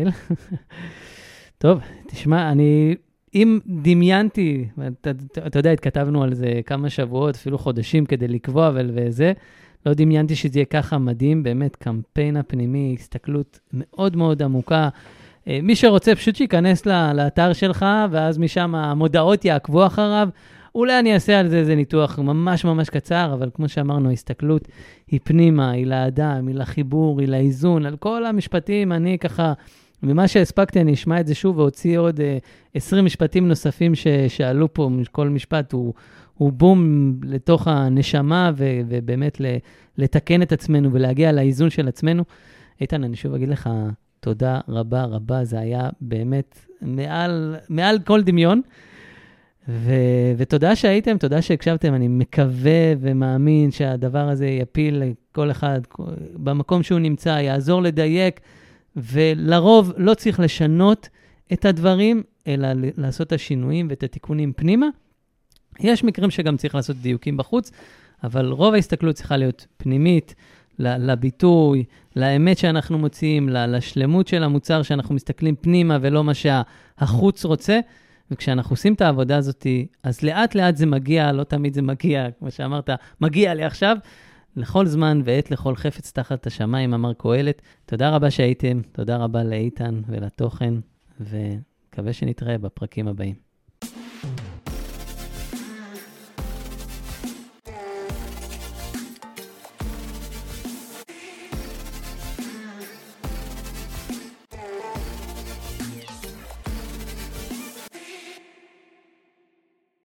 טוב, תשמע, אם דמיינתי, אתה יודע, התכתבנו על זה כמה שבועות, אפילו חודשים כדי לקבוע וזה, לא דמיינתי שזה יהיה ככה מדהים, באמת קמפיין הפנימי, הסתכלות מאוד מאוד עמוקה. מי שרוצה פשוט שיכנס לאתר שלך, ואז משם המודעות יעקבו אחריו. אולי אני אעשה על זה איזה ניתוח ממש ממש קצר, אבל כמו שאמרנו, ההסתכלות היא פנימה, היא לאדם, היא לחיבור, היא לאיזון, על כל המשפטים, אני ככה, ממה שהספקתי, אני אשמע את זה שוב, והוציא עוד 20 משפטים נוספים שעלו פה, כל משפט הוא בום לתוך הנשמה, ובאמת לתקן את עצמנו ולהגיע לאיזון של עצמנו. איתן, אני שוב אגיד לך תודה רבה רבה, זה היה באמת מעל כל דמיון, ותודה שהייתם, תודה שהקשבתם, אני מקווה ומאמין שהדבר הזה יפיל לכל אחד במקום שהוא נמצא, יעזור לדייק, ולרוב לא צריך לשנות את הדברים, אלא לעשות את השינויים ואת התיקונים פנימה. יש מקרים שגם צריך לעשות דיוקים בחוץ, אבל רוב ההסתכלות צריכה להיות פנימית, לביטוי, לאמת שאנחנו מוציאים, לשלמות של המוצר שאנחנו מסתכלים פנימה, ולא מה שהחוץ רוצה. וכשאנחנו עושים את העבודה הזאת, אז לאט לאט זה מגיע, לא תמיד זה מגיע, כמו שאמרת, מגיע לי עכשיו, לכל זמן ועת לכל חפץ תחת השמיים, אמר קהלת. תודה רבה שהייתם, תודה רבה לאיתן ולתוכן, ומקווה שנתראה בפרקים הבאים.